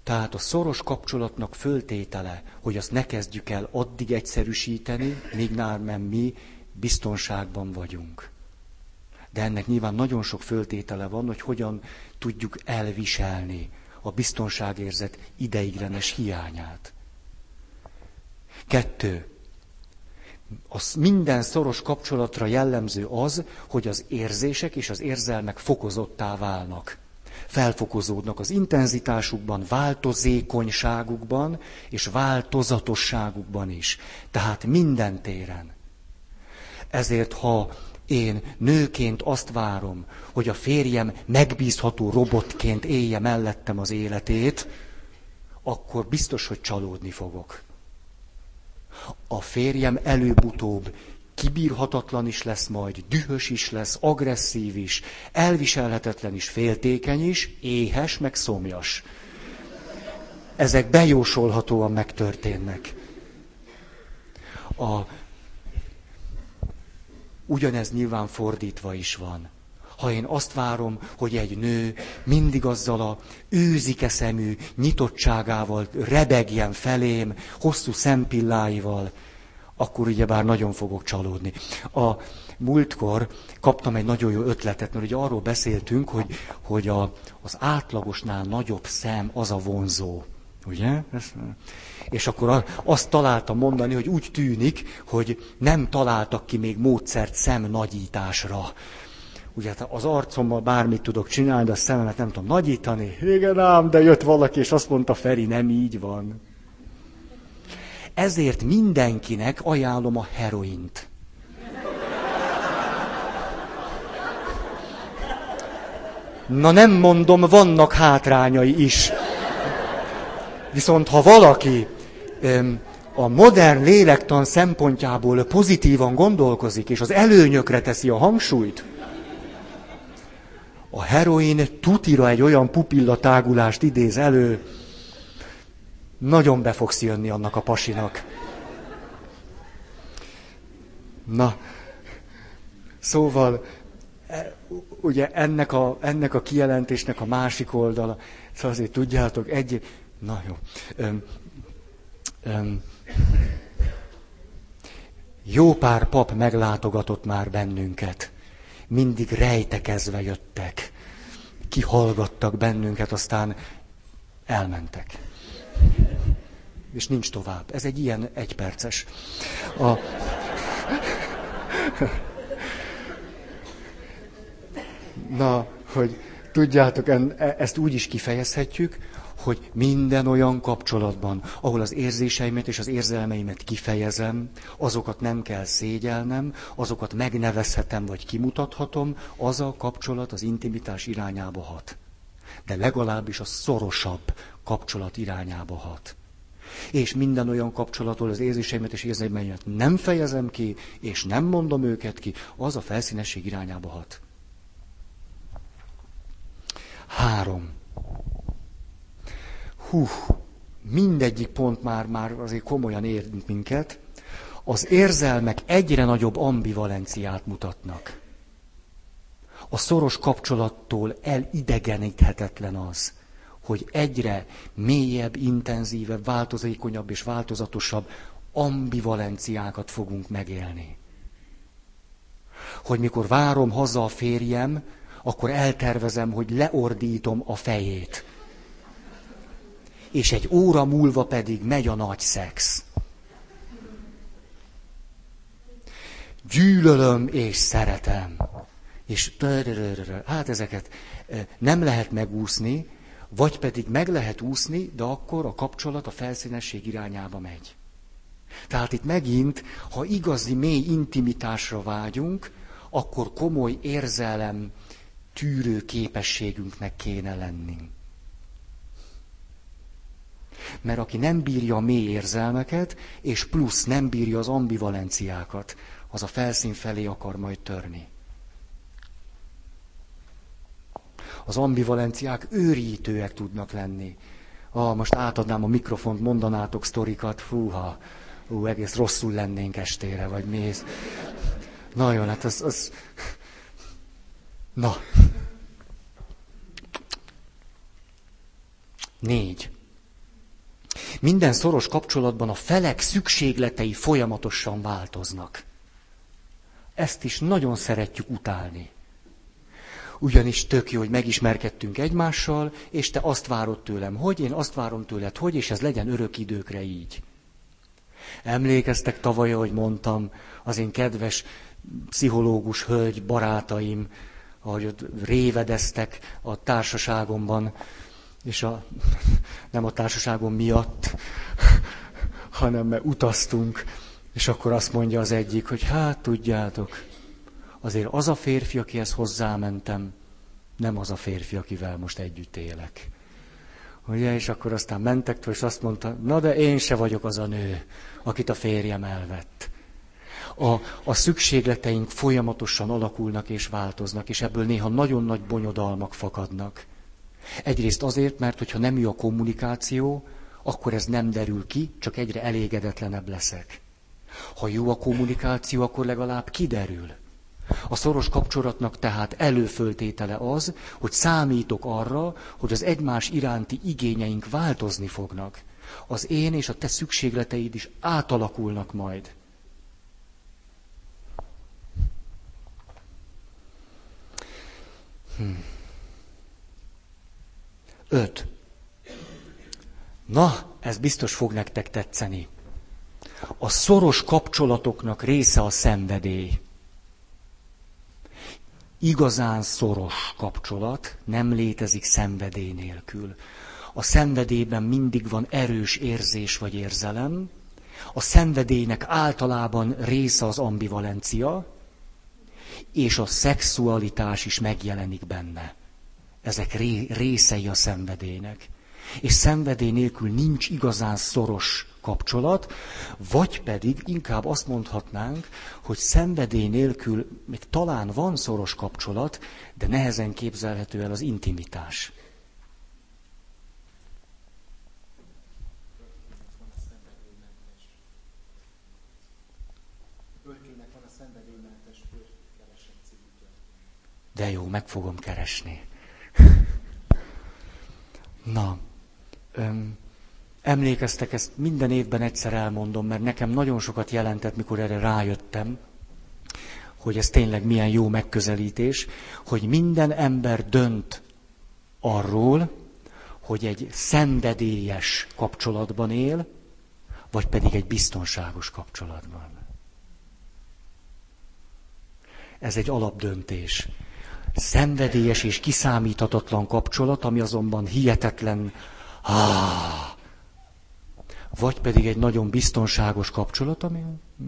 Tehát a szoros kapcsolatnak föltétele, hogy azt ne kezdjük el addig egyszerűsíteni, míg nem mi biztonságban vagyunk. De ennek nyilván nagyon sok föltétele van, hogy hogyan tudjuk elviselni a biztonságérzet ideiglenes hiányát. Kettő. Az minden szoros kapcsolatra jellemző az, hogy az érzések és az érzelmek fokozottá válnak. Felfokozódnak az intenzitásukban, változékonyságukban és változatosságukban is. Tehát minden téren. Ezért, ha én nőként azt várom, hogy a férjem megbízható robotként élje mellettem az életét, akkor biztos, hogy csalódni fogok. A férjem előbb-utóbb kibírhatatlan is lesz majd, dühös is lesz, agresszív is, elviselhetetlen is, féltékeny is, éhes, meg szomjas. Ezek bejósolhatóan megtörténnek. A... Ugyanez nyilván fordítva is van. Ha én azt várom, hogy egy nő mindig azzal a őzike szemű nyitottságával rebegjen felém, hosszú szempilláival, akkor ugyebár nagyon fogok csalódni. A múltkor kaptam egy nagyon jó ötletet, mert ugye arról beszéltünk, hogy, hogy a, az átlagosnál nagyobb szem az a vonzó. Ugye? És akkor azt találtam mondani, hogy úgy tűnik, hogy nem találtak ki még módszert szemnagyításra. Ugye az arcommal bármit tudok csinálni, de a szememet nem tudom nagyítani. Igen ám, de jött valaki, és azt mondta, Feri, nem így van. Ezért mindenkinek ajánlom a heroint. Na nem mondom, vannak hátrányai is. Viszont ha valaki öm, a modern lélektan szempontjából pozitívan gondolkozik, és az előnyökre teszi a hangsúlyt, a heroin tutira egy olyan pupillatágulást idéz elő, nagyon be fogsz jönni annak a pasinak. Na, szóval, ugye ennek a, ennek a kijelentésnek a másik oldala, szóval azért tudjátok, egy... Na jó. Öm, öm, jó pár pap meglátogatott már bennünket. Mindig rejtekezve jöttek. Kihallgattak bennünket, aztán elmentek. És nincs tovább. Ez egy ilyen egyperces. A... Na, hogy tudjátok, ezt úgy is kifejezhetjük, hogy minden olyan kapcsolatban, ahol az érzéseimet és az érzelmeimet kifejezem, azokat nem kell szégyelnem, azokat megnevezhetem vagy kimutathatom, az a kapcsolat az intimitás irányába hat. De legalábbis a szorosabb kapcsolat irányába hat. És minden olyan kapcsolattól az érzéseimet és érzelmeimet nem fejezem ki, és nem mondom őket ki, az a felszínesség irányába hat. Három. Hú, mindegyik pont már, már azért komolyan érint minket. Az érzelmek egyre nagyobb ambivalenciát mutatnak. A szoros kapcsolattól elidegeníthetetlen az, hogy egyre mélyebb, intenzívebb, változékonyabb és változatosabb ambivalenciákat fogunk megélni. Hogy mikor várom haza a férjem, akkor eltervezem, hogy leordítom a fejét. És egy óra múlva pedig megy a nagy szex. Gyűlölöm és szeretem. És hát ezeket nem lehet megúszni, vagy pedig meg lehet úszni, de akkor a kapcsolat a felszínesség irányába megy. Tehát itt megint, ha igazi mély intimitásra vágyunk, akkor komoly érzelem tűrő képességünknek kéne lenni. Mert aki nem bírja a mély érzelmeket, és plusz nem bírja az ambivalenciákat, az a felszín felé akar majd törni. Az ambivalenciák őrítőek tudnak lenni. Ah, most átadnám a mikrofont, mondanátok sztorikat, fúha, hú, egész rosszul lennénk estére, vagy mész. Nagyon, hát az... az... Na. Négy. Minden szoros kapcsolatban a felek szükségletei folyamatosan változnak. Ezt is nagyon szeretjük utálni. Ugyanis tök jó, hogy megismerkedtünk egymással, és te azt várod tőlem, hogy, én azt várom tőled, hogy, és ez legyen örök időkre így. Emlékeztek tavaly, ahogy mondtam, az én kedves pszichológus hölgy barátaim, ahogy ott révedeztek a társaságomban, és a, nem a társaságom miatt, hanem mert utaztunk, és akkor azt mondja az egyik, hogy hát tudjátok, azért az a férfi, akihez hozzámentem, nem az a férfi, akivel most együtt élek. Ugye, és akkor aztán mentek tőle, és azt mondta, na de én se vagyok az a nő, akit a férjem elvett. A, a szükségleteink folyamatosan alakulnak és változnak, és ebből néha nagyon nagy bonyodalmak fakadnak. Egyrészt azért, mert hogyha nem jó a kommunikáció, akkor ez nem derül ki, csak egyre elégedetlenebb leszek. Ha jó a kommunikáció, akkor legalább kiderül. A szoros kapcsolatnak tehát előföltétele az, hogy számítok arra, hogy az egymás iránti igényeink változni fognak. Az én és a te szükségleteid is átalakulnak majd. Hm. Öt. Na, ez biztos fog nektek tetszeni. A szoros kapcsolatoknak része a szenvedély. Igazán szoros kapcsolat nem létezik szenvedély nélkül. A szenvedélyben mindig van erős érzés vagy érzelem. A szenvedélynek általában része az ambivalencia, és a szexualitás is megjelenik benne. Ezek ré- részei a szenvedélynek. És szenvedély nélkül nincs igazán szoros kapcsolat, vagy pedig inkább azt mondhatnánk, hogy szenvedély nélkül még talán van szoros kapcsolat, de nehezen képzelhető el az intimitás. De jó, meg fogom keresni. Na, öm, emlékeztek, ezt minden évben egyszer elmondom, mert nekem nagyon sokat jelentett, mikor erre rájöttem, hogy ez tényleg milyen jó megközelítés, hogy minden ember dönt arról, hogy egy szenvedélyes kapcsolatban él, vagy pedig egy biztonságos kapcsolatban. Ez egy alapdöntés. Szenvedélyes és kiszámíthatatlan kapcsolat, ami azonban hihetetlen, áh, vagy pedig egy nagyon biztonságos kapcsolat, ami...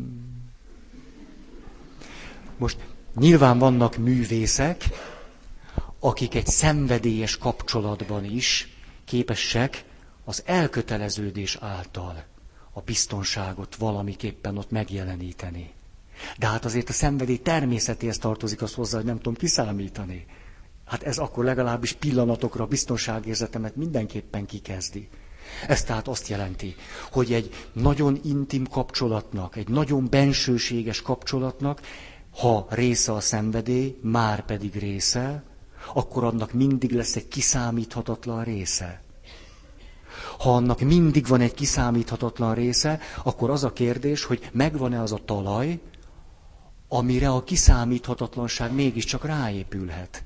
Most nyilván vannak művészek, akik egy szenvedélyes kapcsolatban is képesek az elköteleződés által a biztonságot valamiképpen ott megjeleníteni. De hát azért a szenvedély természetéhez tartozik az hozzá, hogy nem tudom kiszámítani. Hát ez akkor legalábbis pillanatokra a biztonságérzetemet mindenképpen kikezdi. Ez tehát azt jelenti, hogy egy nagyon intim kapcsolatnak, egy nagyon bensőséges kapcsolatnak, ha része a szenvedély, már pedig része, akkor annak mindig lesz egy kiszámíthatatlan része. Ha annak mindig van egy kiszámíthatatlan része, akkor az a kérdés, hogy megvan-e az a talaj, amire a kiszámíthatatlanság mégiscsak ráépülhet.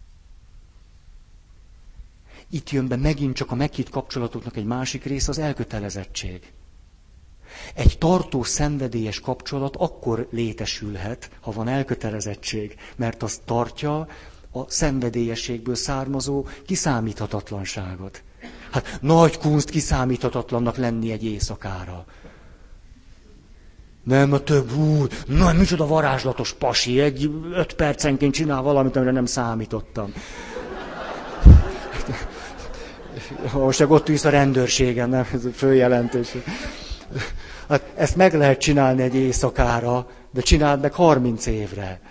Itt jön be megint csak a meghitt kapcsolatoknak egy másik része, az elkötelezettség. Egy tartós, szenvedélyes kapcsolat akkor létesülhet, ha van elkötelezettség, mert az tartja a szenvedélyességből származó kiszámíthatatlanságot. Hát nagy kunst kiszámíthatatlannak lenni egy éjszakára. Nem, a több, ú, na, micsoda varázslatos pasi, egy öt percenként csinál valamit, amire nem számítottam. Most ott ülsz a rendőrségen, nem? Ez a följelentés. Hát ezt meg lehet csinálni egy éjszakára, de csináld meg harminc évre.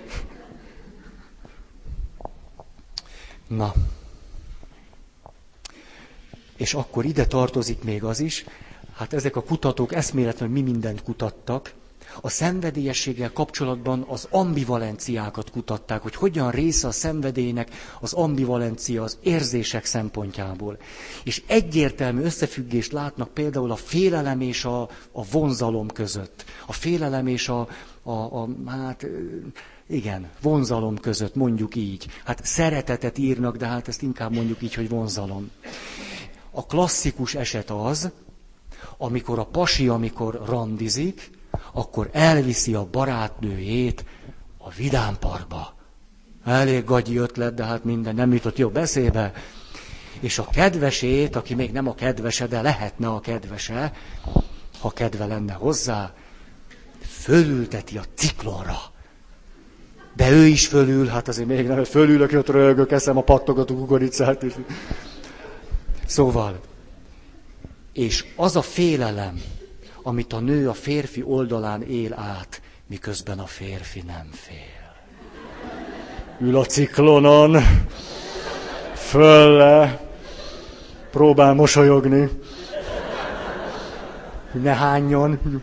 Na. És akkor ide tartozik még az is, hát ezek a kutatók eszméletlenül mi mindent kutattak, A szenvedélyességgel kapcsolatban az ambivalenciákat kutatták, hogy hogyan része a szenvedélynek az ambivalencia az érzések szempontjából. És egyértelmű összefüggést látnak például a félelem és a, a vonzalom között. A félelem és a, a, a hát igen, vonzalom között, mondjuk így. Hát szeretetet írnak, de hát ezt inkább mondjuk így, hogy vonzalom. A klasszikus eset az, amikor a pasi, amikor randizik, akkor elviszi a barátnőjét a vidámparkba. Elég gagyi ötlet, de hát minden nem jutott jobb eszébe. És a kedvesét, aki még nem a kedvese, de lehetne a kedvese, ha kedve lenne hozzá, fölülteti a ciklonra. De ő is fölül, hát azért még nem, fölülök, ott röhögök, eszem a pattogató kukoricát. És... Szóval, és az a félelem, amit a nő a férfi oldalán él át, miközben a férfi nem fél. Ül a ciklonon, fölle, próbál mosolyogni, ne hányjon.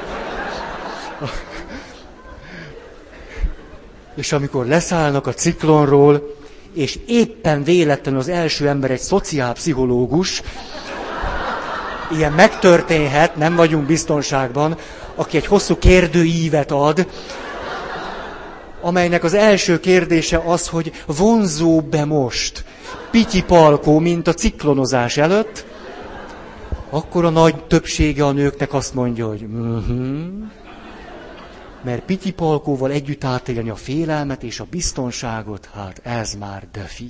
És amikor leszállnak a ciklonról, és éppen véletlenül az első ember egy szociálpszichológus, ilyen megtörténhet, nem vagyunk biztonságban, aki egy hosszú kérdőívet ad, amelynek az első kérdése az, hogy vonzóbb-e most Pityi Palkó, mint a ciklonozás előtt, akkor a nagy többsége a nőknek azt mondja, hogy uh-huh, mert Pityi Palkóval együtt átélni a félelmet és a biztonságot, hát ez már döfi.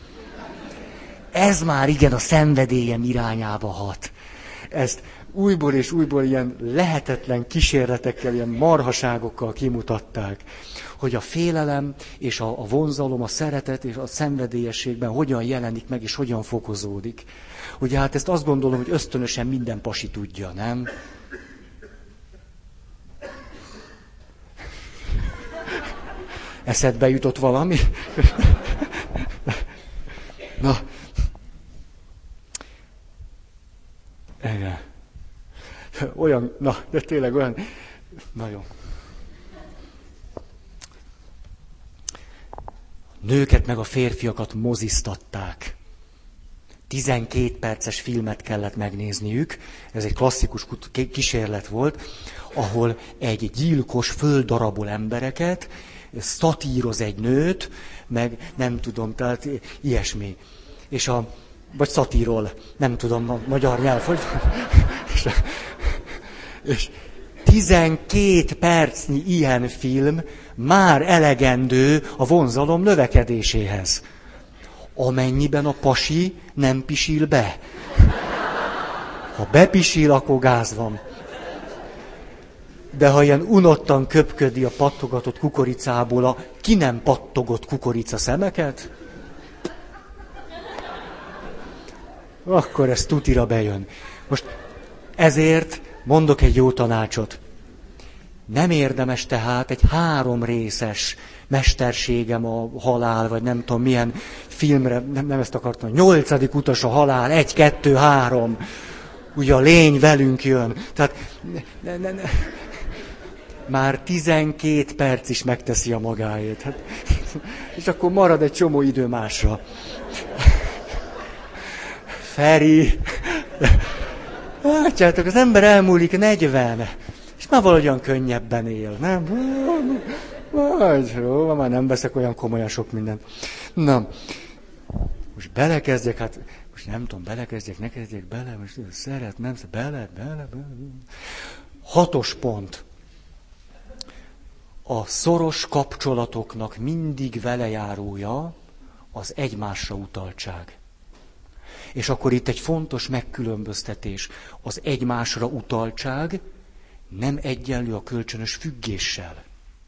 Ez már igen a szenvedélyem irányába hat. Ezt újból és újból ilyen lehetetlen kísérletekkel, ilyen marhaságokkal kimutatták, hogy a félelem és a, a vonzalom, a szeretet és a szenvedélyességben hogyan jelenik meg és hogyan fokozódik. Ugye hát ezt azt gondolom, hogy ösztönösen minden pasi tudja, nem? Eszedbe jutott valami? Na. Igen. Olyan, na, de tényleg olyan, nagyon. Nőket meg a férfiakat moziztatták. tizenkét perces filmet kellett megnézniük, ez egy klasszikus kísérlet volt, ahol egy gyilkos földarabol embereket, szatíroz egy nőt, meg nem tudom, tehát ilyesmi. És a, vagy szatírol, nem tudom, a magyar nyelv, hogy... és, és tizenkét percnyi ilyen film már elegendő a vonzalom növekedéséhez. Amennyiben a pasi nem pisil be. Ha bepisil, akkor gáz van. De ha ilyen unottan köpködi a pattogatott kukoricából a ki nem pattogott kukorica szemeket, akkor ez tutira bejön. Most ezért mondok egy jó tanácsot. Nem érdemes tehát egy három részes mesterségem a halál, vagy nem tudom milyen filmre, nem, nem ezt akartam, nyolcadik utas a halál, egy, kettő, három. Ugye a lény velünk jön. Tehát ne, ne, ne. Már tizenkét perc is megteszi a magáét. Hát, és akkor marad egy csomó idő másra. Feri! Látjátok, az ember elmúlik negyven, és már valahogyan könnyebben él, nem? Majd, jó, már nem veszek olyan komolyan sok mindent. Na, most belekezdjek, hát most nem tudom, belekezdjek, ne kezdjek bele, most szeret, nem szeret, bele, bele, bele. Hatos pont. A szoros kapcsolatoknak mindig velejárója az egymásra utaltság. És akkor itt egy fontos megkülönböztetés. Az egymásra utaltság nem egyenlő a kölcsönös függéssel.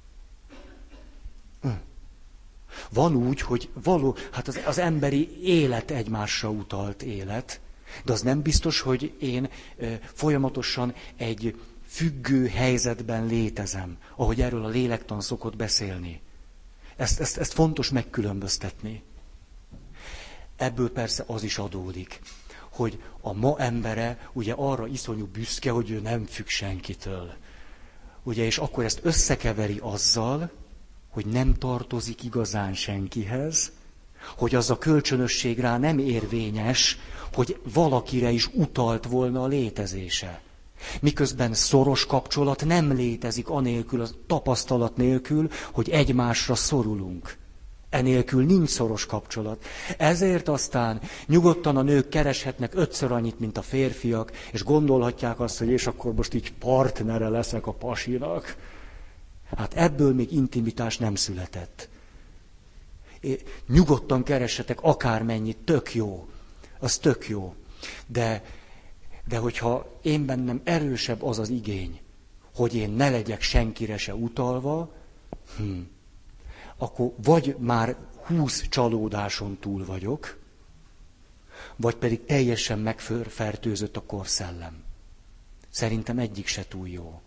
Van úgy, hogy való, hát az, az emberi élet egymásra utalt élet, de az nem biztos, hogy én e, folyamatosan egy függő helyzetben létezem, ahogy erről a lélektan szokott beszélni. Ezt, ezt, ezt fontos megkülönböztetni. Ebből persze az is adódik, hogy a ma embere ugye arra iszonyú büszke, hogy ő nem függ senkitől. Ugye, és akkor ezt összekeveri azzal, hogy nem tartozik igazán senkihez, hogy az a kölcsönösség rá nem érvényes, hogy valakire is utalt volna a létezése. Miközben szoros kapcsolat nem létezik anélkül, a tapasztalat nélkül, hogy egymásra szorulunk. Enélkül nincs szoros kapcsolat. Ezért aztán nyugodtan a nők kereshetnek ötször annyit, mint a férfiak, és gondolhatják azt, hogy és akkor most így partnere leszek a pasinak. Hát ebből még intimitás nem született. É, nyugodtan keressetek akármennyit, tök jó. Az tök jó. De, de hogyha én bennem erősebb az az igény, hogy én ne legyek senkire se utalva, hm, akkor vagy már húsz csalódáson túl vagyok, vagy pedig teljesen megfertőzött a korszellem. Szerintem egyik se túl jó.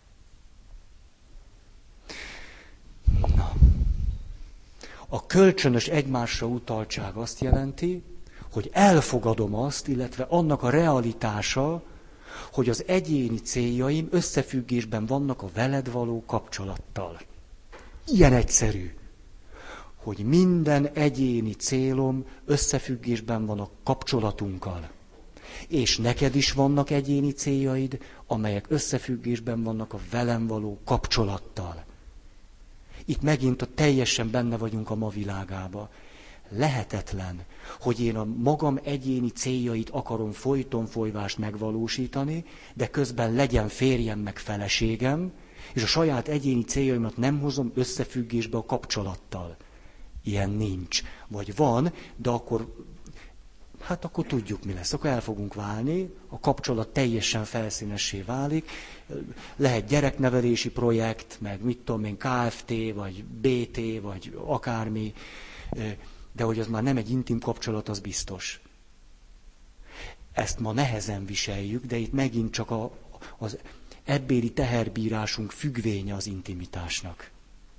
Na. A kölcsönös egymásra utaltság azt jelenti, hogy elfogadom azt, illetve annak a realitása, hogy az egyéni céljaim összefüggésben vannak a veled való kapcsolattal. Ilyen egyszerű, hogy minden egyéni célom összefüggésben van a kapcsolatunkkal. És neked is vannak egyéni céljaid, amelyek összefüggésben vannak a velem való kapcsolattal. Itt megint a teljesen benne vagyunk a ma világába. Lehetetlen, hogy én a magam egyéni céljait akarom folyton folyvást megvalósítani, de közben legyen férjem meg feleségem, és a saját egyéni céljaimat nem hozom összefüggésbe a kapcsolattal. Ilyen nincs. Vagy van, de akkor, hát akkor tudjuk, mi lesz. Akkor el fogunk válni, a kapcsolat teljesen felszínessé válik, lehet gyereknevelési projekt, meg mit tudom én, ká ef té, vagy bé té, vagy akármi, de hogy az már nem egy intim kapcsolat, az biztos. Ezt ma nehezen viseljük, de itt megint csak a, az ebbéli teherbírásunk függvénye az intimitásnak.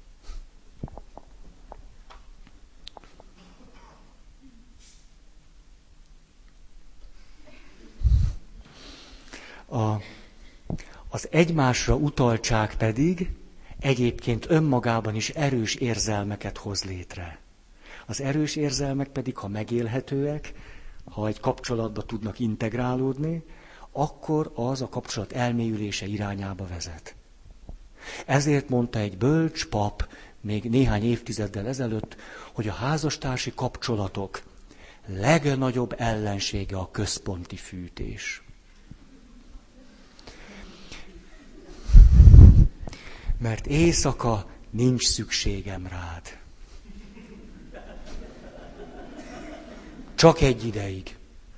A, az egymásra utaltság pedig egyébként önmagában is erős érzelmeket hoz létre. Az erős érzelmek pedig, ha megélhetőek, ha egy kapcsolatba tudnak integrálódni, akkor az a kapcsolat elmélyülése irányába vezet. Ezért mondta egy bölcs pap még néhány évtizeddel ezelőtt, hogy a házastársi kapcsolatok legnagyobb ellensége a központi fűtés. Mert éjszaka nincs szükségem rád. Csak egy ideig.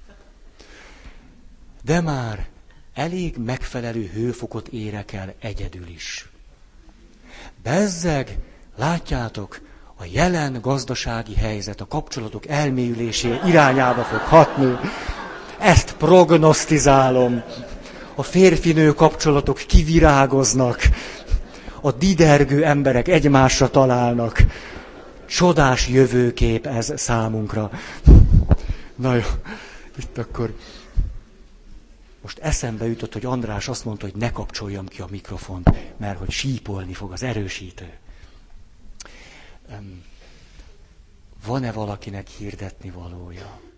De már elég megfelelő hőfokot érek el egyedül is. Bezzeg, látjátok, a jelen gazdasági helyzet, a kapcsolatok elmélyülésé irányába fog hatni. Ezt prognosztizálom. A férfinő kapcsolatok kivirágoznak. A didergő emberek egymásra találnak. Csodás jövőkép ez számunkra. Na jó, itt akkor... Most eszembe jutott, hogy András azt mondta, hogy ne kapcsoljam ki a mikrofont, mert hogy sípolni fog az erősítő. Van-e valakinek hirdetni valója?